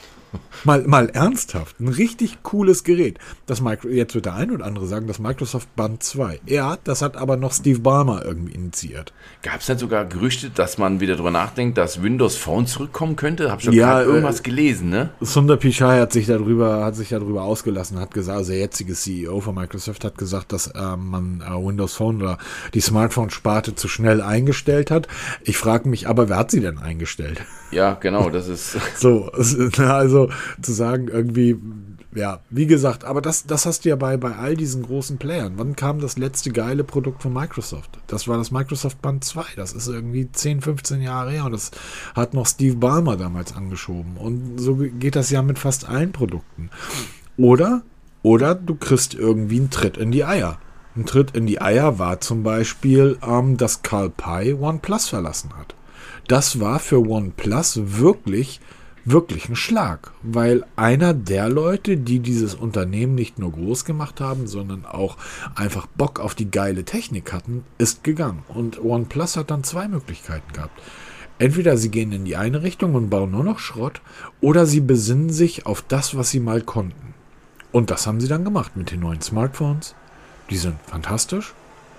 Mal, mal ernsthaft, ein richtig cooles Gerät. Das Micro, jetzt wird der ein oder andere sagen, das Microsoft Band zwei. Ja, das hat aber noch Steve Ballmer irgendwie initiiert. Gab es nicht sogar Gerüchte, dass man wieder drüber nachdenkt, dass Windows Phone zurückkommen könnte? Hab schon Ja, gerade äh, irgendwas gelesen, ne? Sundar Pichai hat sich darüber, hat sich darüber ausgelassen, hat gesagt, also der jetzige C E O von Microsoft hat gesagt, dass äh, man äh, Windows Phone oder die Smartphone-Sparte zu schnell eingestellt hat. Ich frage mich aber, wer hat sie denn eingestellt? Ja, genau, das ist. So, es- also zu sagen irgendwie, ja, wie gesagt, aber das, das hast du ja bei, bei all diesen großen Playern. Wann kam das letzte geile Produkt von Microsoft? Das war das Microsoft Band zwei. Das ist irgendwie zehn, fünfzehn Jahre her und das hat noch Steve Ballmer damals angeschoben. Und so geht das ja mit fast allen Produkten. Oder, oder du kriegst irgendwie einen Tritt in die Eier. Ein Tritt in die Eier war zum Beispiel, ähm, dass Carl Pei OnePlus verlassen hat. Das war für OnePlus wirklich, wirklich ein Schlag, weil einer der Leute, die dieses Unternehmen nicht nur groß gemacht haben, sondern auch einfach Bock auf die geile Technik hatten, ist gegangen. Und OnePlus hat dann zwei Möglichkeiten gehabt. Entweder sie gehen in die eine Richtung und bauen nur noch Schrott, oder sie besinnen sich auf das, was sie mal konnten. Und das haben sie dann gemacht mit den neuen Smartphones. Die sind fantastisch.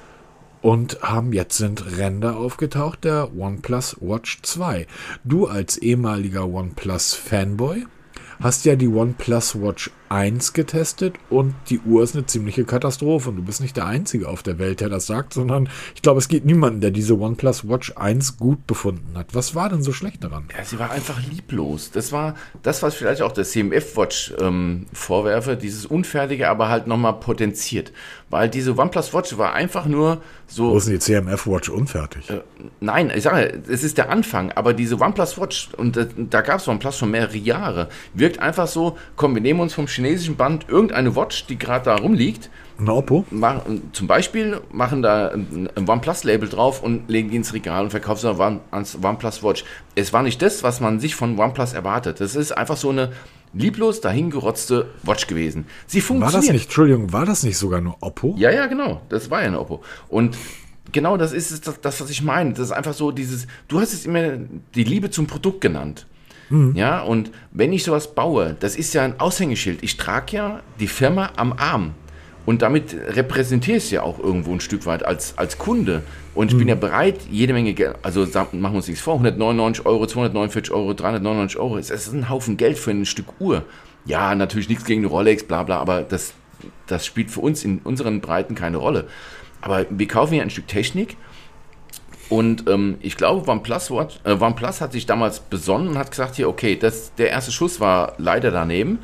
Und haben jetzt sind Ränder aufgetaucht der OnePlus Watch zwei. Du als ehemaliger OnePlus-Fanboy hast ja die OnePlus Watch eins getestet und die Uhr ist eine ziemliche Katastrophe. Und du bist nicht der Einzige auf der Welt, der das sagt, sondern ich glaube, es gibt niemanden, der diese OnePlus Watch eins gut befunden hat. Was war denn so schlecht daran? Ja, sie war einfach lieblos. Das war das, was vielleicht auch der C M F-Watch ähm, vorwerfe, dieses Unfertige, aber halt nochmal potenziert. Weil diese OnePlus Watch war einfach nur so. Wo ist denn die C M F Watch unfertig? Äh, nein, ich sage, es ist der Anfang, aber diese OnePlus Watch, und äh, da gab es OnePlus schon mehrere Jahre, wirkt einfach so, komm, wir nehmen uns vom chinesischen Band irgendeine Watch, die gerade da rumliegt, Ein Oppo? machen, zum Beispiel machen da ein, ein OnePlus-Label drauf und legen die ins Regal und verkaufen sie One, als OnePlus Watch. Es war nicht das, was man sich von OnePlus erwartet. Das ist einfach so eine lieblos dahingerotzte Watch gewesen. Sie War funktioniert. das nicht, Entschuldigung, war das nicht sogar nur Oppo? Ja, ja, genau. Das war ja eine Oppo. Und genau das ist es, das, das, was ich meine. Das ist einfach so dieses, du hast es immer die Liebe zum Produkt genannt. Mhm. Ja, und wenn ich sowas baue, das ist ja ein Aushängeschild. Ich trage ja die Firma am Arm. Und damit repräsentiere ich es ja auch irgendwo ein Stück weit als, als Kunde. Und ich Mhm. bin ja bereit, jede Menge Geld, also sagen- machen wir uns nichts vor, hundertneunundneunzig Euro, zweihundertneunundvierzig Euro, dreihundertneunundneunzig Euro, es ist ein Haufen Geld für ein Stück Uhr. Ja, natürlich nichts gegen eine Rolex, bla bla, aber das, das spielt für uns in unseren Breiten keine Rolle. Aber wir kaufen ja ein Stück Technik. Und ähm, ich glaube, OnePlus, Watch, äh, OnePlus hat sich damals besonnen und hat gesagt, hier, okay, das, der erste Schuss war leider daneben.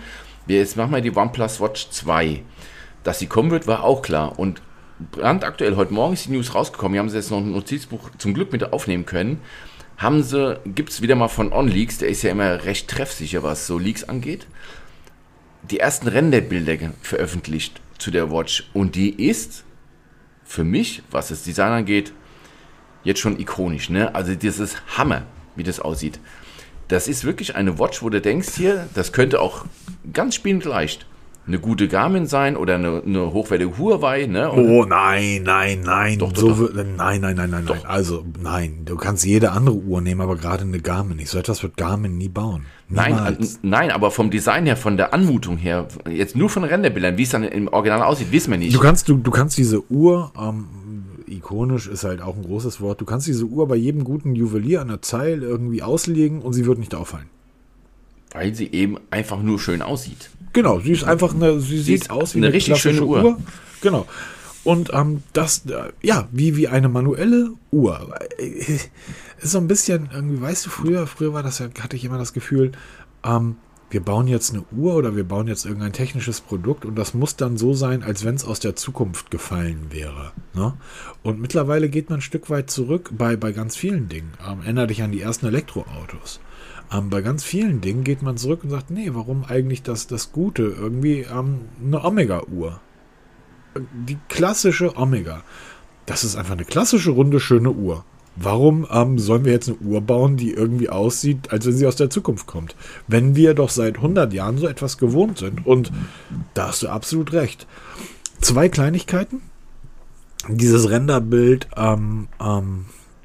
Wir, jetzt machen wir die OnePlus Watch zwei. Dass sie kommen wird, war auch klar. Und brandaktuell, heute Morgen ist die News rausgekommen, hier haben sie jetzt noch ein Notizbuch zum Glück mit aufnehmen können, haben sie, gibt es wieder mal von OnLeaks, der ist ja immer recht treffsicher, was so Leaks angeht, die ersten Renderbilder veröffentlicht zu der Watch. Und die ist für mich, was das Design angeht, jetzt schon ikonisch. Ne? Also das ist Hammer, wie das aussieht. Das ist wirklich eine Watch, wo du denkst hier, das könnte auch ganz spielend leicht eine gute Garmin sein oder eine, eine hochwertige Huawei. Ne? Und oh nein, nein, nein. Doch, so doch. Wird, nein, nein, nein, nein, Doch. nein. Also nein, du kannst jede andere Uhr nehmen, aber gerade eine Garmin nicht. So etwas wird Garmin nie bauen. Nein, Niemals. äh, nein, aber vom Design her, von der Anmutung her, jetzt nur von Renderbildern, wie es dann im Original aussieht, wissen wir nicht. Du kannst, du, du kannst diese Uhr, ähm, ikonisch ist halt auch ein großes Wort, du kannst diese Uhr bei jedem guten Juwelier an der Zeil irgendwie auslegen und sie wird nicht auffallen. Weil sie eben einfach nur schön aussieht. Genau, sie ist einfach eine, sie, Sie sieht ist aus wie eine eine, richtig klassische schöne Uhr. Uhr. Genau. Und ähm, das, äh, ja, wie, wie eine manuelle Uhr. Äh, Ist so ein bisschen, irgendwie, weißt du, früher, früher war das ja, hatte ich immer das Gefühl, ähm, wir bauen jetzt eine Uhr oder wir bauen jetzt irgendein technisches Produkt und das muss dann so sein, als wenn es aus der Zukunft gefallen wäre. Ne? Und mittlerweile geht man ein Stück weit zurück bei, bei ganz vielen Dingen. Ähm, erinnere dich an die ersten Elektroautos. Ähm, bei ganz vielen Dingen geht man zurück und sagt, nee, warum eigentlich das, das Gute? Irgendwie ähm, eine Omega-Uhr. Die klassische Omega. Das ist einfach eine klassische, runde, schöne Uhr. Warum ähm, sollen wir jetzt eine Uhr bauen, die irgendwie aussieht, als wenn sie aus der Zukunft kommt? Wenn wir doch seit hundert Jahren so etwas gewohnt sind. Und da hast du absolut recht. Zwei Kleinigkeiten. Dieses Renderbild, ähm, ähm,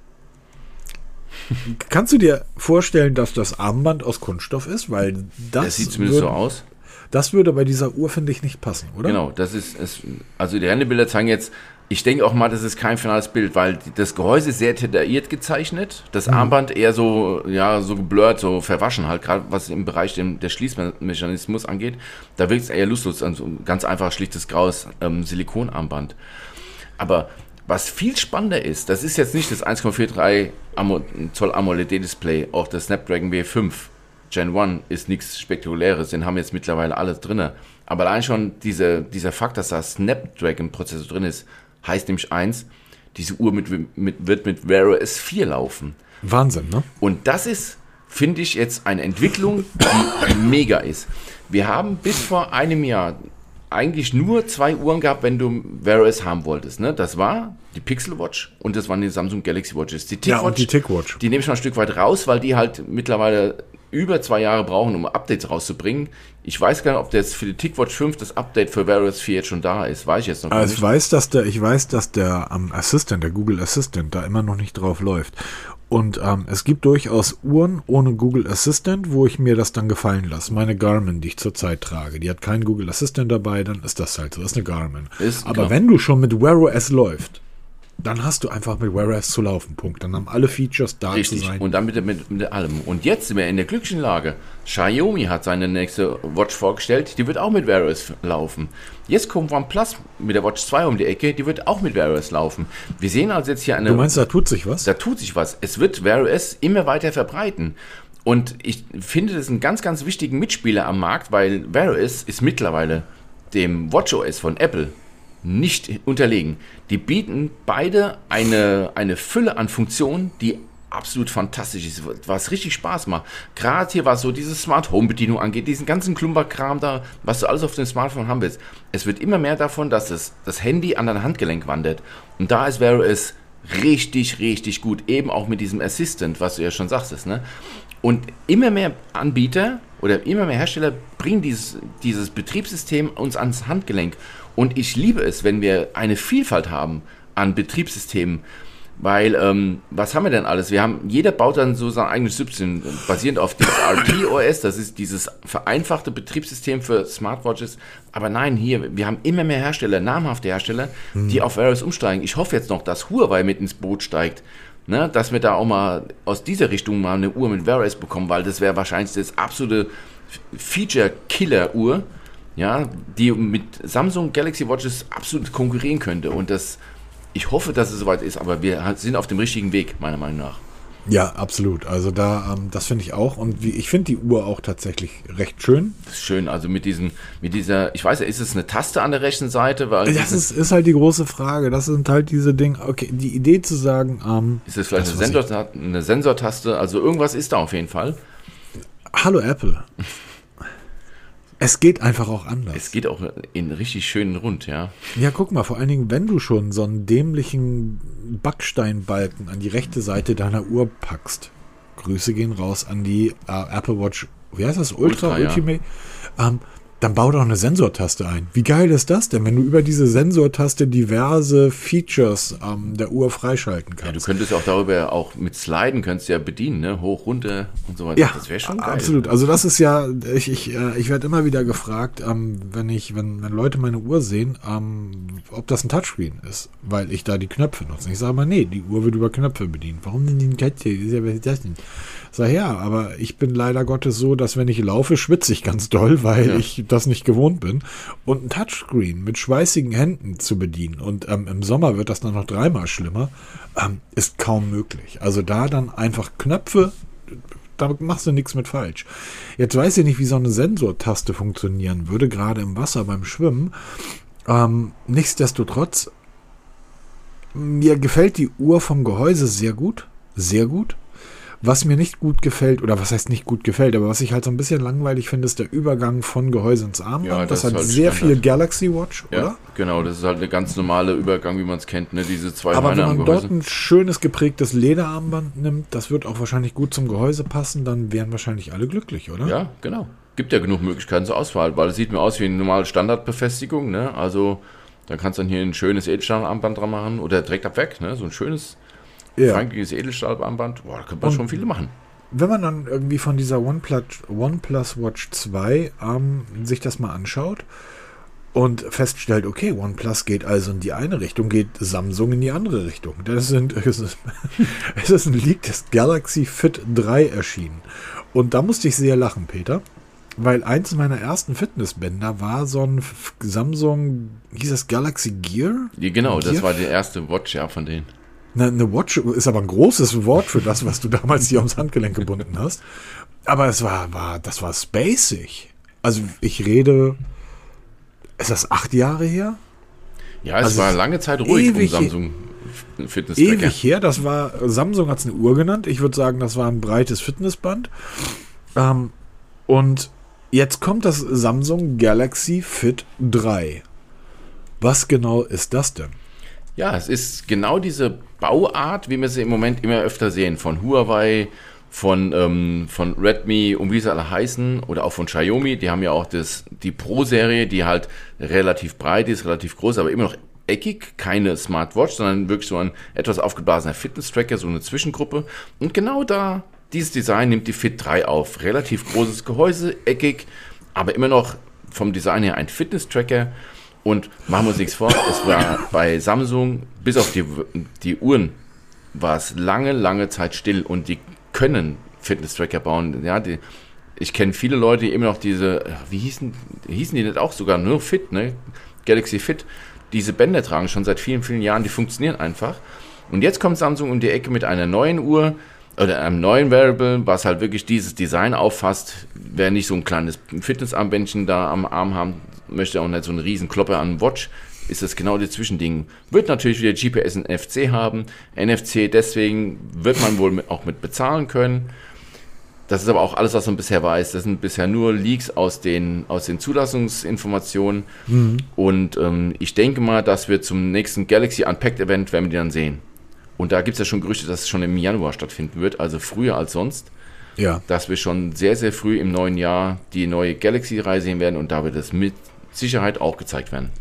kannst du dir vorstellen, dass das Armband aus Kunststoff ist? Weil das, Das sieht zumindest würde, so aus. das würde bei dieser Uhr, finde ich, nicht passen, oder? Genau, das ist, es, also die Renderbilder zeigen jetzt, ich denke auch mal, das ist kein finales Bild, weil das Gehäuse ist sehr detailliert gezeichnet, das Mhm. Armband eher so, ja, so geblurrt, so verwaschen halt, gerade was im Bereich dem, der Schließmechanismus angeht, da wirkt es eher lustlos, also ganz einfach schlichtes graues ähm, Silikonarmband. Aber was viel spannender ist, das ist jetzt nicht das eins Komma dreiundvierzig Amo- Zoll AMOLED-Display, auch das Snapdragon W fünf Gen eins ist nichts Spektakuläres, den haben jetzt mittlerweile alle drin. Aber allein schon diese, dieser Fakt, dass da Snapdragon-Prozessor drin ist, heißt nämlich eins, diese Uhr mit, mit, wird mit Wear O S vier laufen. Wahnsinn, ne? Und das ist, finde ich, jetzt eine Entwicklung, die mega ist. Wir haben bis vor einem Jahr eigentlich nur zwei Uhren gehabt, wenn du Wear O S haben wolltest. Ne? Das war die Pixel Watch und das waren die Samsung Galaxy Watches. Die Ja, und TicWatch, die TicWatch. die nehme ich mal ein Stück weit raus, weil die halt mittlerweile über zwei Jahre brauchen, um Updates rauszubringen. Ich weiß gar nicht, ob jetzt für die TicWatch fünf das Update für Wear O S vier jetzt schon da ist. Weiß ich jetzt noch gar Also nicht. ich weiß, dass der, ich weiß, dass der ähm, Assistant, der Google Assistant, da immer noch nicht drauf läuft. Und ähm, es gibt durchaus Uhren ohne Google Assistant, wo ich mir das dann gefallen lasse. Meine Garmin, die ich zurzeit trage, die hat keinen Google Assistant dabei, dann ist das halt so. Das ist eine Garmin. Ist, Aber genau. wenn du schon mit Wear O S läuft, dann hast du einfach mit Wear O S zu laufen. Punkt. Dann haben alle Features da Richtig, zu sein. und dann mit, mit, mit allem. Und jetzt sind wir in der glücklichen Lage. Xiaomi hat seine nächste Watch vorgestellt, die wird auch mit Wear O S laufen. Jetzt kommt OnePlus mit der Watch zwei um die Ecke, die wird auch mit Wear O S laufen. Wir sehen also jetzt hier eine... Du meinst, da tut sich was? Da tut sich was. Es wird Wear O S immer weiter verbreiten. Und ich finde, das ist ein ganz, ganz wichtigen Mitspieler am Markt, weil Wear O S ist mittlerweile dem WatchOS von Apple nicht unterlegen. Die bieten beide eine, eine Fülle an Funktionen, die absolut fantastisch ist, was richtig Spaß macht. Gerade hier, was so diese Smart Home Bedienung angeht, diesen ganzen Klumperkram da, was du alles auf dem Smartphone haben willst. Es wird immer mehr davon, dass es, das Handy an dein Handgelenk wandert. Und da ist Wear O S richtig, richtig gut. Eben auch mit diesem Assistant, was du ja schon sagtest, ne? Und immer mehr Anbieter oder immer mehr Hersteller bringen dieses, dieses Betriebssystem uns ans Handgelenk. Und ich liebe es, wenn wir eine Vielfalt haben an Betriebssystemen, weil, ähm, was haben wir denn alles? Wir haben, jeder baut dann so sein eigenes System, basierend auf dieses R T O S, das ist dieses vereinfachte Betriebssystem für Smartwatches. Aber nein, hier, wir haben immer mehr Hersteller, namhafte Hersteller, mhm. die auf Wear O S umsteigen. Ich hoffe jetzt noch, dass Huawei mit ins Boot steigt, ne? Dass wir da auch mal aus dieser Richtung mal eine Uhr mit Wear O S bekommen, weil das wäre wahrscheinlich das absolute Feature-Killer-Uhr, ja, die mit Samsung Galaxy Watches absolut konkurrieren könnte. Und das, ich hoffe, dass es soweit ist, aber wir sind auf dem richtigen Weg, meiner Meinung nach. Ja, absolut. Also da, ähm, das finde ich auch. Und wie, ich finde die Uhr auch tatsächlich recht schön. Das ist schön, also mit diesem, mit dieser, ich weiß ja, ist es eine Taste an der rechten Seite? Weil Das ist, ist halt die große Frage. Das sind halt diese Dinge. Okay, die Idee zu sagen, ähm, ist es vielleicht das, eine, Sensor, eine Sensortaste? Also irgendwas ist da auf jeden Fall. Hallo Apple. Es geht einfach auch anders. Es geht auch in richtig schönen Rund, ja. Ja, guck mal, vor allen Dingen, wenn du schon so einen dämlichen Backsteinbalken an die rechte Seite deiner Uhr packst. Grüße gehen raus an die äh, Apple Watch, wie heißt das? Ultra, Ultra, ja. Ultimate? Ähm, dann bau doch eine Sensortaste ein. Wie geil ist das denn, wenn du über diese Sensortaste diverse Features ähm, der Uhr freischalten kannst? Ja, du könntest auch darüber auch mit Sliden könntest du ja bedienen, ne? Hoch, runter und so weiter. Ja, das wäre schon geil. Absolut. Also das ist ja, ich, ich, äh, ich werde immer wieder gefragt, ähm, wenn ich, wenn, wenn Leute meine Uhr sehen, ähm, ob das ein Touchscreen ist, weil ich da die Knöpfe nutze. Ich sage mal, nee, die Uhr wird über Knöpfe bedient. Warum denn die Kette? Ist ja, was ist das denn? Sag ja, aber ich bin leider Gottes so, dass wenn ich laufe, schwitze ich ganz doll, weil ja. ich das nicht gewohnt bin. Und ein Touchscreen mit schweißigen Händen zu bedienen und ähm, im Sommer wird das dann noch dreimal schlimmer, ähm, ist kaum möglich. Also da dann einfach Knöpfe, da machst du nichts mit falsch. Jetzt weiß ich nicht, wie so eine Sensortaste funktionieren würde, gerade im Wasser beim Schwimmen. Ähm, nichtsdestotrotz, mir gefällt die Uhr vom Gehäuse sehr gut, sehr gut. Was mir nicht gut gefällt, oder was heißt nicht gut gefällt, aber was ich halt so ein bisschen langweilig finde, ist der Übergang von Gehäuse ins Armband. Ja, das, das hat ist halt sehr Standard. viel Galaxy Watch, Ja, oder? genau, das ist halt der ganz normale Übergang, wie man es kennt, ne? Diese zwei Aber Beine wenn am man Gehäuse. dort ein schönes geprägtes Lederarmband nimmt, das wird auch wahrscheinlich gut zum Gehäuse passen, dann wären wahrscheinlich alle glücklich, oder? Ja, genau. Gibt ja genug Möglichkeiten zur Auswahl, weil es sieht mir aus wie eine normale Standardbefestigung, ne? Also dann kannst du dann hier ein schönes Edelstahlarmband dran machen oder direkt ab weg, ne? So ein schönes, Ja. freundliches Edelstahlarmband. Boah, da könnte man Und schon viele machen. Wenn man dann irgendwie von dieser OnePlus, OnePlus Watch zwei ähm, sich das mal anschaut und feststellt, okay, OnePlus geht also in die eine Richtung, geht Samsung in die andere Richtung. Das sind, es ist, es ist ein Leak des Galaxy Fit drei erschienen. Und da musste ich sehr lachen, Peter, weil eins meiner ersten Fitnessbänder war so ein Samsung, hieß das Galaxy Gear? Ja, genau, das Gear? war die erste Watch, ja, von denen. Eine, eine Watch ist aber ein großes Wort für das, was du damals hier ums Handgelenk gebunden hast. Aber es war, war, das war spacig. Also ich rede, ist das acht Jahre her? Ja, es Also war lange Zeit ruhig um ewig- Samsung Fitness-Tracker. Ewig her, das war, Samsung hat es eine Uhr genannt. Ich würde sagen, das war ein breites Fitnessband. Ähm, und jetzt kommt das Samsung Galaxy Fit drei. Was genau ist das denn? Ja, es ist genau diese Bauart, wie wir sie im Moment immer öfter sehen, von Huawei, von, ähm, von Redmi und wie sie alle heißen, oder auch von Xiaomi. Die haben ja auch das, die Pro-Serie, die halt relativ breit ist, relativ groß, aber immer noch eckig, keine Smartwatch, sondern wirklich so ein etwas aufgeblasener Fitness-Tracker, so eine Zwischengruppe. Und genau da, dieses Design nimmt die Fit drei auf. Relativ großes Gehäuse, eckig, aber immer noch vom Design her ein Fitness-Tracker. Und machen wir uns nichts vor, es war bei Samsung, bis auf die, die Uhren, war es lange, lange Zeit still und die können Fitness-Tracker bauen. Ja, die, ich kenne viele Leute, die immer noch diese, wie hießen, hießen die nicht auch sogar, nur Fit, ne? Galaxy Fit, diese Bänder tragen schon seit vielen, vielen Jahren, die funktionieren einfach. Und jetzt kommt Samsung um die Ecke mit einer neuen Uhr oder einem neuen Wearable, was halt wirklich dieses Design auffasst. Wer nicht so ein kleines Fitnessarmbändchen da am Arm haben möchte, auch nicht so einen riesen Klopper an Watch, ist das genau das Zwischending. Wird natürlich wieder G P S und N F C haben. N F C, deswegen wird man wohl mit, auch mit bezahlen können. Das ist aber auch alles, was man bisher weiß. Das sind bisher nur Leaks aus den, aus den Zulassungsinformationen. Mhm. Und ähm, ich denke mal, dass wir zum nächsten Galaxy Unpacked Event werden wir die dann sehen. Und da gibt es ja schon Gerüchte, dass es schon im Januar stattfinden wird, also früher als sonst. Ja. Dass wir schon sehr, sehr früh im neuen Jahr die neue Galaxy-Reihe sehen werden und da wird es mit Sicherheit auch gezeigt werden.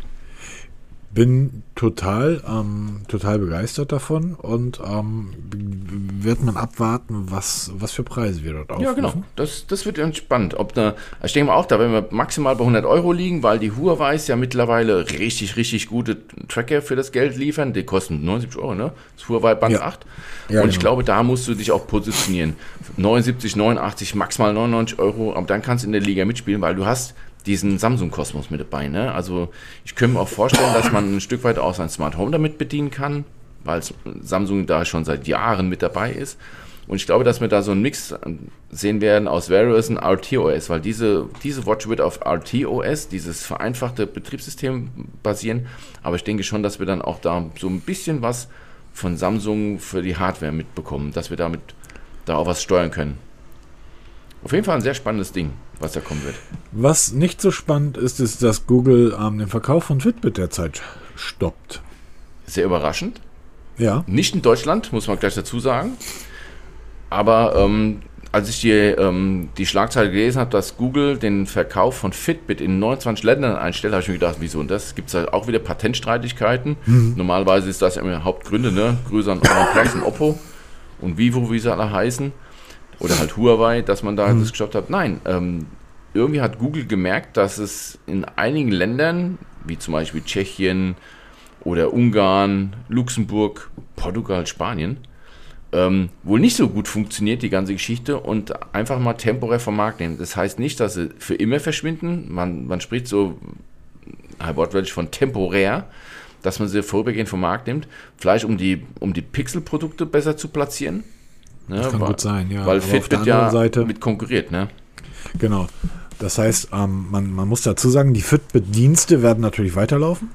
Bin total, ähm, total begeistert davon und ähm, wird man abwarten, was, was für Preise wir dort aufrufen. Ja, genau. Das, das wird spannend. Ob da, ich denke mal auch, da werden wir maximal bei hundert Euro liegen, weil die Huawei ja mittlerweile richtig, richtig gute Tracker für das Geld liefern. Die kosten neunundsiebzig Euro, ne? Das Huawei Band Ja. acht. Ja, und ich genau. glaube, da musst du dich auch positionieren. neunundsiebzig, neunundachtzig, maximal neunundneunzig Euro, aber dann kannst du in der Liga mitspielen, weil du hast diesen Samsung-Kosmos mit dabei. Ne? Also ich könnte mir auch vorstellen, dass man ein Stück weit auch sein Smart Home damit bedienen kann, weil Samsung da schon seit Jahren mit dabei ist. Und ich glaube, dass wir da so einen Mix sehen werden aus Wear O S und R T O S, weil diese, diese Watch wird auf R T O S, dieses vereinfachte Betriebssystem, basieren. Aber ich denke schon, dass wir dann auch da so ein bisschen was von Samsung für die Hardware mitbekommen, dass wir damit da auch was steuern können. Auf jeden Fall ein sehr spannendes Ding, was da kommen wird. Was nicht so spannend ist, ist, dass Google ähm, den Verkauf von Fitbit derzeit stoppt. Sehr überraschend. Ja. Nicht in Deutschland, muss man gleich dazu sagen. Aber ähm, als ich die, ähm, die Schlagzeile gelesen habe, dass Google den Verkauf von Fitbit in neunundzwanzig Ländern einstellt, habe ich mir gedacht, wieso? Und das gibt es halt auch wieder Patentstreitigkeiten. Mhm. Normalerweise ist das ja immer Hauptgründe, ne? Grüße an OnePlus und Oppo und Vivo, wie sie alle heißen. Oder halt Huawei, dass man da mhm. das gestoppt hat. Nein, ähm, irgendwie hat Google gemerkt, dass es in einigen Ländern, wie zum Beispiel Tschechien oder Ungarn, Luxemburg, Portugal, Spanien, ähm, wohl nicht so gut funktioniert, die ganze Geschichte, und einfach mal temporär vom Markt nehmen. Das heißt nicht, dass sie für immer verschwinden. Man, man spricht so wortwörtlich von temporär, dass man sie vorübergehend vom Markt nimmt. Vielleicht um die, um die Pixel-Produkte besser zu platzieren. Ne, das kann weil, gut sein, ja. Weil aber Fitbit ja Seite, mit konkurriert, ne? Genau. Das heißt, ähm, man, man muss dazu sagen, die Fitbit-Dienste werden natürlich weiterlaufen.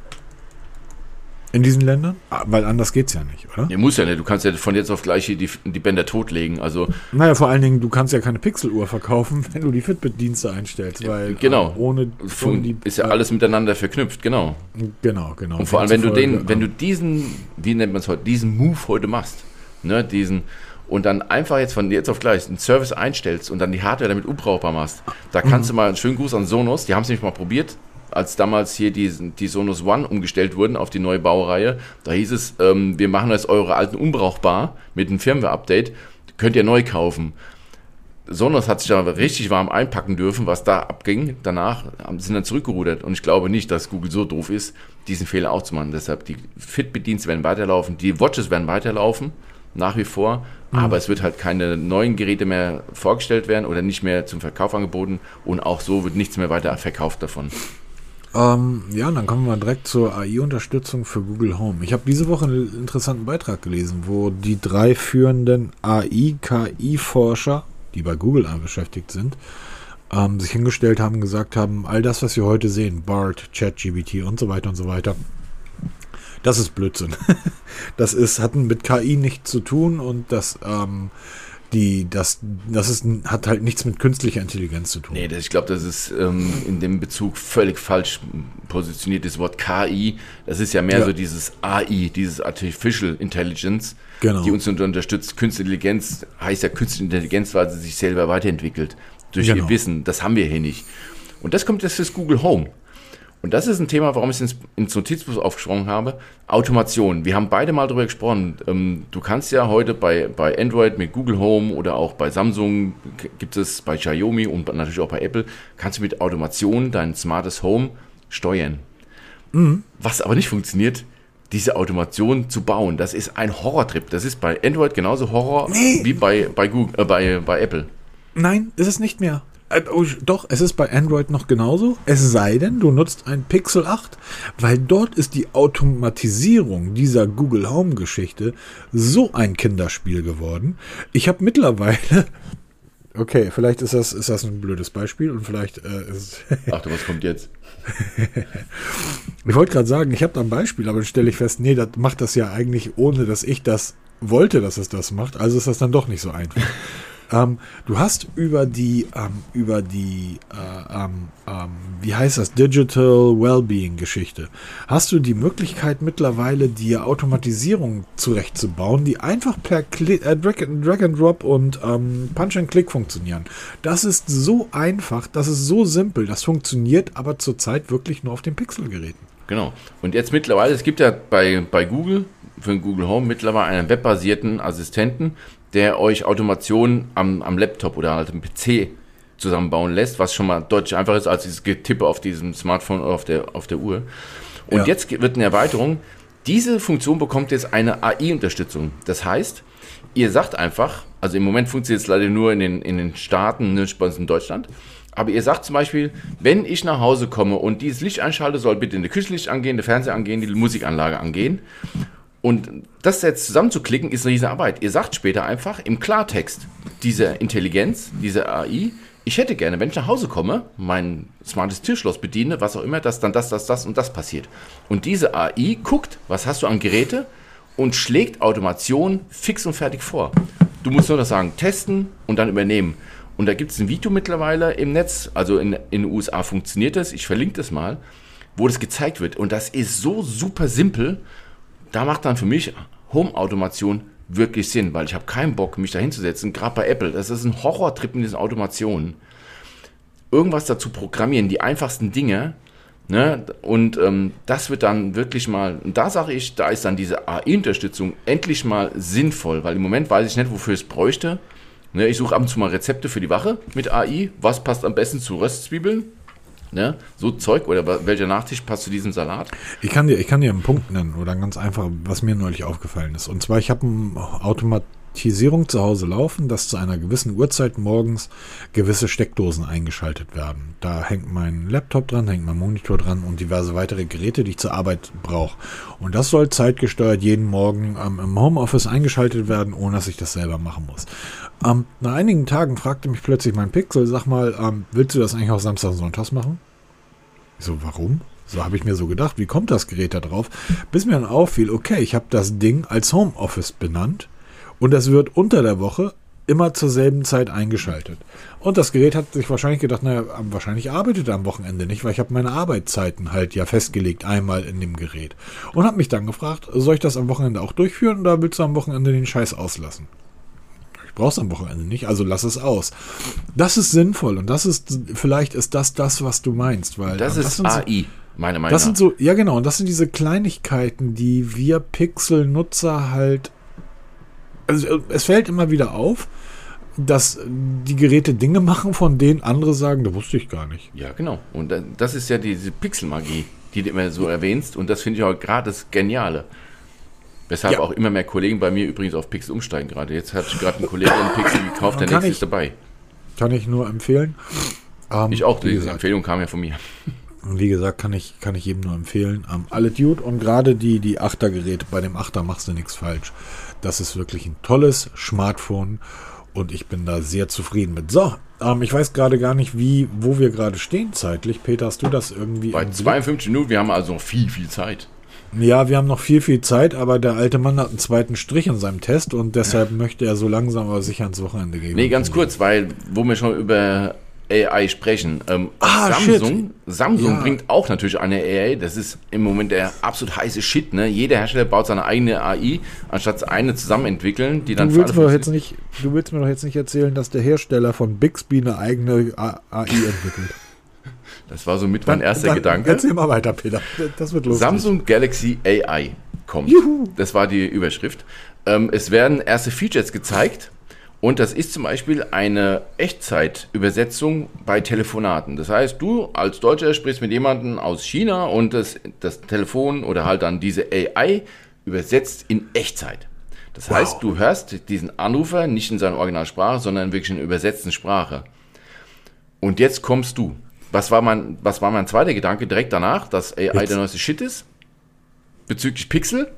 In diesen Ländern? Weil anders geht's ja nicht, oder? Ja, muss ja nicht. Du kannst ja von jetzt auf gleich die, die Bänder totlegen. Also, naja, vor allen Dingen, du kannst ja keine Pixel-Uhr verkaufen, wenn du die Fitbit-Dienste einstellst. Weil, genau. Äh, ohne, ohne die, ist ja alles miteinander verknüpft, genau. Genau, genau. Und vor allem, wenn du den, wenn du diesen, wie nennt man es heute, diesen Move heute machst, ne, diesen, und dann einfach jetzt von jetzt auf gleich einen Service einstellst und dann die Hardware damit unbrauchbar machst, da kannst mhm. du mal einen schönen Gruß an Sonos, die haben es nämlich mal probiert, als damals hier die, die Sonos One umgestellt wurden auf die neue Baureihe, da hieß es, ähm, wir machen jetzt eure alten unbrauchbar mit einem Firmware-Update, könnt ihr neu kaufen. Sonos hat sich da richtig warm einpacken dürfen, was da abging. Danach sind dann zurückgerudert, und ich glaube nicht, dass Google so doof ist, diesen Fehler auch zu machen. Deshalb, die Fitbit-Dienste werden weiterlaufen, die Watches werden weiterlaufen, nach wie vor, mhm. aber es wird halt keine neuen Geräte mehr vorgestellt werden oder nicht mehr zum Verkauf angeboten, und auch so wird nichts mehr weiter verkauft davon. Ähm, ja, dann kommen wir direkt zur A I-Unterstützung für Google Home. Ich habe diese Woche einen interessanten Beitrag gelesen, wo die drei führenden A I-K I-Forscher, die bei Google beschäftigt sind, ähm, sich hingestellt haben und gesagt haben, all das, was wir heute sehen, Bard, ChatGPT und so weiter und so weiter, das ist Blödsinn. Das ist, hat mit K I nichts zu tun, und das, ähm, die, das, das ist, hat halt nichts mit künstlicher Intelligenz zu tun. Nee, das, ich glaube, das ist ähm, in dem Bezug völlig falsch positioniert, das Wort K I. Das ist ja mehr ja. so dieses A I, dieses Artificial Intelligence, genau. die uns unterstützt. Künstliche Intelligenz heißt ja Künstliche Intelligenz, weil sie sich selber weiterentwickelt. Durch genau. ihr Wissen. Das haben wir hier nicht. Und das kommt jetzt fürs Google Home. Und das ist ein Thema, warum ich es ins, ins Notizbuch aufgesprochen habe. Automation. Wir haben beide mal darüber gesprochen. Ähm, du kannst ja heute bei, bei Android mit Google Home oder auch bei Samsung, gibt es bei Xiaomi und natürlich auch bei Apple, kannst du mit Automation dein smartes Home steuern. Mhm. Was aber nicht funktioniert, diese Automation zu bauen. Das ist ein Horrortrip. Das ist bei Android genauso Horror nee. wie bei, bei, Google, äh, bei, bei Apple. Nein, ist es nicht mehr. Oh, doch, es ist bei Android noch genauso, es sei denn, du nutzt ein Pixel acht, weil dort ist die Automatisierung dieser Google Home Geschichte so ein Kinderspiel geworden. Ich habe mittlerweile, okay, vielleicht ist das, ist das ein blödes Beispiel, und vielleicht äh, ist Ach du, was kommt jetzt? Ich wollte gerade sagen, ich habe da ein Beispiel, aber dann stelle ich fest, nee, das macht das ja eigentlich, ohne dass ich das wollte, dass es das macht, also ist das dann doch nicht so einfach. Ähm, du hast über die, ähm, über die, äh, ähm, ähm, wie heißt das, Digital Wellbeing Geschichte, hast du die Möglichkeit mittlerweile, die Automatisierung zurechtzubauen, die einfach per Cli- äh, Drag, Drag and Drop und ähm, Punch and Click funktionieren. Das ist so einfach, das ist so simpel, das funktioniert aber zurzeit wirklich nur auf den Pixel-Geräten. Genau. Und jetzt mittlerweile, es gibt ja bei, bei Google, für den Google Home mittlerweile einen webbasierten Assistenten, der euch Automation am, am Laptop oder halt am P C zusammenbauen lässt, was schon mal deutlich einfacher ist als dieses Getippe auf diesem Smartphone oder auf der, auf der Uhr. Und ja. jetzt wird eine Erweiterung. Diese Funktion bekommt jetzt eine A I-Unterstützung. Das heißt, ihr sagt einfach, also im Moment funktioniert es leider nur in den, in den Staaten, nicht bei uns in Deutschland, aber ihr sagt zum Beispiel, wenn ich nach Hause komme und dieses Licht einschalte, soll bitte in der Küche Licht angehen, der Fernseher angehen, die Musikanlage angehen. Und das jetzt zusammenzuklicken, ist eine riesige Arbeit. Ihr sagt später einfach im Klartext, diese Intelligenz, diese A I, ich hätte gerne, wenn ich nach Hause komme, mein smartes Türschloss bediene, was auch immer, dass dann das, das, das und das passiert. Und diese A I guckt, was hast du an Geräte und schlägt Automation fix und fertig vor. Du musst nur das sagen, testen und dann übernehmen. Und da gibt es ein Video mittlerweile im Netz, also in, in den U S A funktioniert das, ich verlinke das mal, wo das gezeigt wird. Und das ist so super simpel, da macht dann für mich Home-Automation wirklich Sinn, weil ich habe keinen Bock, mich da hinzusetzen, gerade bei Apple. Das ist ein Horrortrip in diesen Automationen. Irgendwas dazu programmieren, die einfachsten Dinge, ne? Und ähm, das wird dann wirklich mal, und da sage ich, da ist dann diese A I-Unterstützung endlich mal sinnvoll, weil im Moment weiß ich nicht, wofür ich es bräuchte. Ne? Ich suche ab und zu mal Rezepte für die Wache mit A I. Was passt am besten zu Röstzwiebeln? Ne? So Zeug, oder welcher Nachtisch passt zu diesem Salat? Ich kann dir, ich kann dir einen Punkt nennen oder ganz einfach, was mir neulich aufgefallen ist. Und zwar, ich habe eine Automatisierung zu Hause laufen, dass zu einer gewissen Uhrzeit morgens gewisse Steckdosen eingeschaltet werden. Da hängt mein Laptop dran, hängt mein Monitor dran und diverse weitere Geräte, die ich zur Arbeit brauche. Und das soll zeitgesteuert jeden Morgen ähm, im Homeoffice eingeschaltet werden, ohne dass ich das selber machen muss. Ähm, nach einigen Tagen fragte mich plötzlich mein Pixel, sag mal, ähm, willst du das eigentlich auch Samstag und Sonntags machen? Ich so, warum? So habe ich mir so gedacht, wie kommt das Gerät da drauf? Bis mir dann auffiel, okay, ich habe das Ding als Homeoffice benannt und es wird unter der Woche immer zur selben Zeit eingeschaltet. Und das Gerät hat sich wahrscheinlich gedacht, naja, wahrscheinlich arbeitet er am Wochenende nicht, weil ich habe meine Arbeitszeiten halt ja festgelegt, einmal in dem Gerät. Und habe mich dann gefragt, soll ich das am Wochenende auch durchführen oder willst du am Wochenende den Scheiß auslassen? Brauchst am Wochenende nicht, also lass es aus. Das ist sinnvoll und das ist, vielleicht ist das das, was du meinst, weil das ist das A I, so, meine Meinung nach. Das sind so, ja genau, und das sind diese Kleinigkeiten, die wir Pixel-Nutzer halt, also es fällt immer wieder auf, dass die Geräte Dinge machen, von denen andere sagen, das wusste ich gar nicht. Ja, genau. Und das ist ja diese Pixel-Magie, die du immer so erwähnst, und das finde ich auch gerade das Geniale. Weshalb ja. auch immer mehr Kollegen bei mir übrigens auf Pixel umsteigen gerade. Jetzt hat gerade ein Kollege einen Pixel gekauft, der nächste ist dabei. Kann ich nur empfehlen. Ähm, ich auch, die Empfehlung kam ja von mir. Und wie gesagt, kann ich, kann ich jedem nur empfehlen. Ähm, alle Dude und gerade die, die Achter-Geräte, bei dem Achter machst du nichts falsch. Das ist wirklich ein tolles Smartphone und ich bin da sehr zufrieden mit. So, ähm, ich weiß gerade gar nicht, wie, wo wir gerade stehen zeitlich. Peter, hast du das irgendwie? Bei zweiundfünfzig Minuten, wir haben also noch viel, viel Zeit. Ja, wir haben noch viel, viel Zeit, aber der alte Mann hat einen zweiten Strich in seinem Test und deshalb ja. möchte er so langsam aber sicher ans Wochenende gehen. Nee, ganz kurz, weil, wo wir schon über A I sprechen, ähm, ah, Samsung, Samsung ja. bringt auch natürlich eine A I, das ist im Moment der absolut heiße Shit, ne? Jeder Hersteller baut seine eigene A I, anstatt eine zusammen entwickeln, die dann du willst, mir doch jetzt nicht, du willst mir doch jetzt nicht erzählen, dass der Hersteller von Bixby eine eigene A I entwickelt. Das war so mit mein dann, erster dann Gedanke. Erzähl mal weiter, Peter. Das wird lustig. Samsung Galaxy A I kommt. Juhu. Das war die Überschrift. Ähm, es werden erste Features gezeigt und das ist zum Beispiel eine Echtzeitübersetzung bei Telefonaten. Das heißt, du als Deutscher sprichst mit jemandem aus China und das, das Telefon oder halt dann diese A I übersetzt in Echtzeit. Das wow. heißt, du hörst diesen Anrufer nicht in seiner Originalsprache, sondern wirklich in übersetzten Sprache. Und jetzt kommst du. Was war mein, was war mein zweiter Gedanke direkt danach, dass A I Jetzt. der neueste Shit ist? Bezüglich Pixel?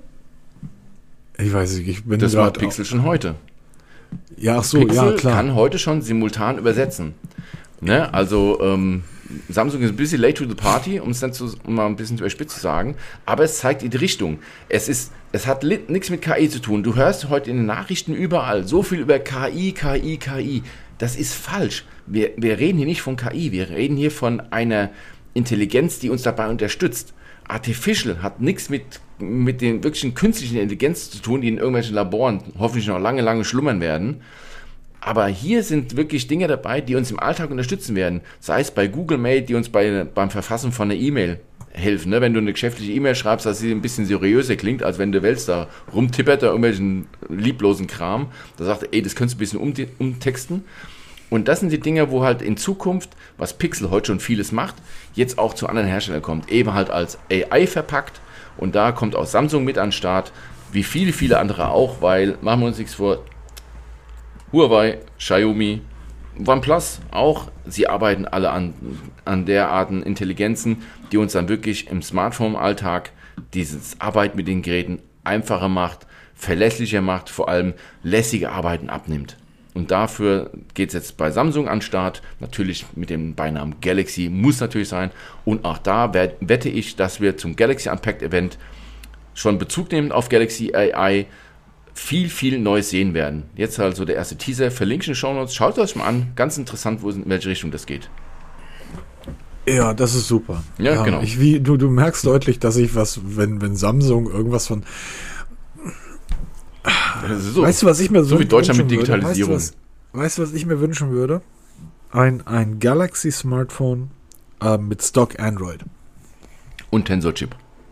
Ich weiß nicht, ich bin Das macht Pixel schon heute. Ja, ach so, Pixel ja, klar. kann heute schon simultan übersetzen. Ne? Also, ähm, Samsung ist ein bisschen late to the party, um es dann zu, um mal ein bisschen überspitzt zu sagen, aber es zeigt in die Richtung. Es ist, es hat li- nichts mit K I zu tun. Du hörst heute in den Nachrichten überall so viel über K I, K I, K I. Das ist falsch. Wir, wir reden hier nicht von K I, wir reden hier von einer Intelligenz, die uns dabei unterstützt. Artificial hat nichts mit, mit den wirklichen künstlichen Intelligenz zu tun, die in irgendwelchen Laboren hoffentlich noch lange, lange schlummern werden. Aber hier sind wirklich Dinge dabei, die uns im Alltag unterstützen werden. Sei es bei Google Mail, die uns bei, beim Verfassen von einer E-Mail helfen. Ne? Wenn du eine geschäftliche E-Mail schreibst, dass sie ein bisschen seriöser klingt, als wenn du Wälz da rumtippert, da irgendwelchen lieblosen Kram. Da sagt er, ey, das könntest du ein bisschen um, umtexten. Und das sind die Dinge, wo halt in Zukunft, was Pixel heute schon vieles macht, jetzt auch zu anderen Herstellern kommt. Eben halt als A I verpackt. Und da kommt auch Samsung mit an den Start, wie viele, viele andere auch, weil, machen wir uns nichts vor, Huawei, Xiaomi, OnePlus auch, sie arbeiten alle an, an derartigen Intelligenzen, die uns dann wirklich im Smartphone-Alltag dieses Arbeit mit den Geräten einfacher macht, verlässlicher macht, vor allem lässige Arbeiten abnimmt. Und dafür geht es jetzt bei Samsung an den Start, natürlich mit dem Beinamen Galaxy, muss natürlich sein. Und auch da wette ich, dass wir zum Galaxy Unpacked Event schon Bezug nehmend auf Galaxy A I viel, viel Neues sehen werden. Jetzt also der erste Teaser, verlinke ich in den Shownotes, schaut euch mal an, ganz interessant, wo, in welche Richtung das geht. Ja, das ist super. Ja, ja genau. Ich, wie, du, du merkst deutlich, dass ich was, wenn, wenn Samsung irgendwas von... Das ist so, weißt du, was ich mir so wie Deutschland mit Digitalisierung. Weißt du, was, weißt du, was ich mir wünschen würde? Ein, ein Galaxy-Smartphone äh, mit Stock Android. Und Tensor-Chip.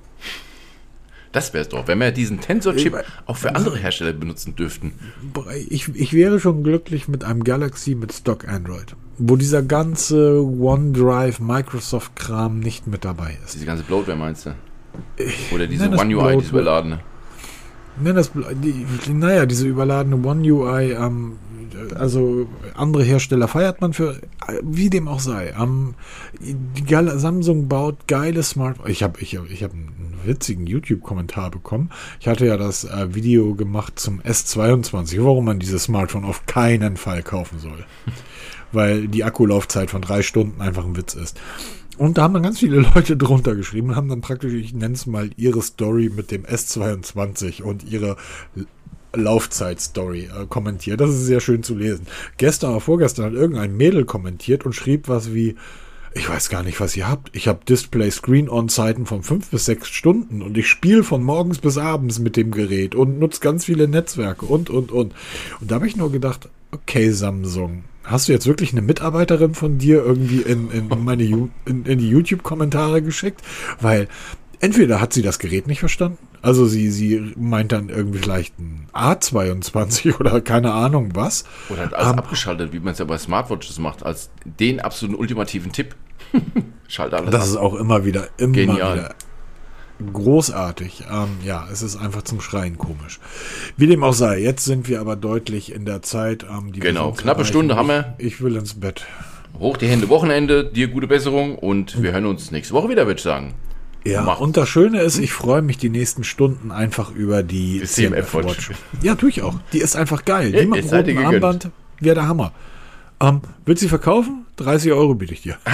Das wäre es doch, wenn wir diesen Tensor-Chip auch für andere Hersteller benutzen dürften. Ich, ich wäre schon glücklich mit einem Galaxy mit Stock Android, wo dieser ganze OneDrive, Microsoft-Kram nicht mit dabei ist. Diese ganze Bloatware meinst du? Ich Oder diese One U I, diese überladene? Nenn das, die, naja, diese überladene One U I, ähm, also andere Hersteller feiert man für, wie dem auch sei. Ähm, die geile, Samsung baut geile Smartphones. Ich habe ich hab, ich hab einen witzigen YouTube-Kommentar bekommen. Ich hatte ja das äh, Video gemacht zum S zweiundzwanzig, warum man dieses Smartphone auf keinen Fall kaufen soll. Weil die Akkulaufzeit von drei Stunden einfach ein Witz ist. Und da haben dann ganz viele Leute drunter geschrieben und haben dann praktisch, ich nenne es mal, ihre Story mit dem S zweiundzwanzig und ihre Laufzeit-Story äh, kommentiert. Das ist sehr schön zu lesen. Gestern oder vorgestern hat irgendein Mädel kommentiert und schrieb was wie, ich weiß gar nicht, was ihr habt. Ich habe Display-Screen-On-Zeiten von fünf bis sechs Stunden und ich spiele von morgens bis abends mit dem Gerät und nutze ganz viele Netzwerke und, und, und. Und da habe ich nur gedacht, okay, Samsung, hast du jetzt wirklich eine Mitarbeiterin von dir irgendwie in, in, meine, in, in die YouTube-Kommentare geschickt? Weil entweder hat sie das Gerät nicht verstanden, also sie, sie meint dann irgendwie vielleicht ein A zweiundzwanzig oder keine Ahnung was. Oder hat alles um, abgeschaltet, wie man es ja bei Smartwatches macht, als den absoluten ultimativen Tipp. Schalte alles Das ab. ist auch immer wieder, immer Genial. wieder großartig. Ähm, ja, es ist einfach zum Schreien komisch. Wie dem auch sei, jetzt sind wir aber deutlich in der Zeit. Ähm, die genau, knappe Stunde haben wir. Ich will ins Bett. Hoch die Hände, Wochenende, dir gute Besserung und wir hören uns nächste Woche wieder, würde ich sagen. Ja, Mach. Und das Schöne ist, ich freue mich die nächsten Stunden einfach über die C M F Watch. Ja, tue ich auch. Die ist einfach geil. Ja, die macht einen roten Armband, wäre der Hammer. Ähm, willst du sie verkaufen? dreißig Euro biete ich dir.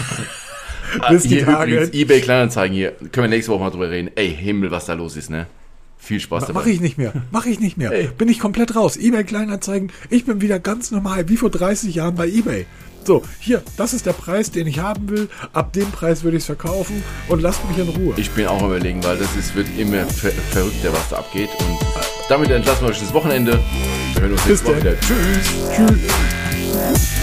Bis die hier Tage. Übrigens, eBay Kleinanzeigen hier. Können wir nächste Woche mal drüber reden. Ey, Himmel, was da los ist, ne? Viel Spaß dabei. Mach ich nicht mehr. Mach ich nicht mehr. Ey. Bin ich komplett raus. eBay Kleinanzeigen. Ich bin wieder ganz normal, wie vor dreißig Jahren bei eBay. So, hier, das ist der Preis, den ich haben will. Ab dem Preis würde ich es verkaufen und lasst mich in Ruhe. Ich bin auch überlegen, weil das ist, wird immer ver- verrückter, was da abgeht. Und damit entlassen wir euch das Wochenende. Wir hören uns nächste Woche wieder. Tschüss. Tschüss.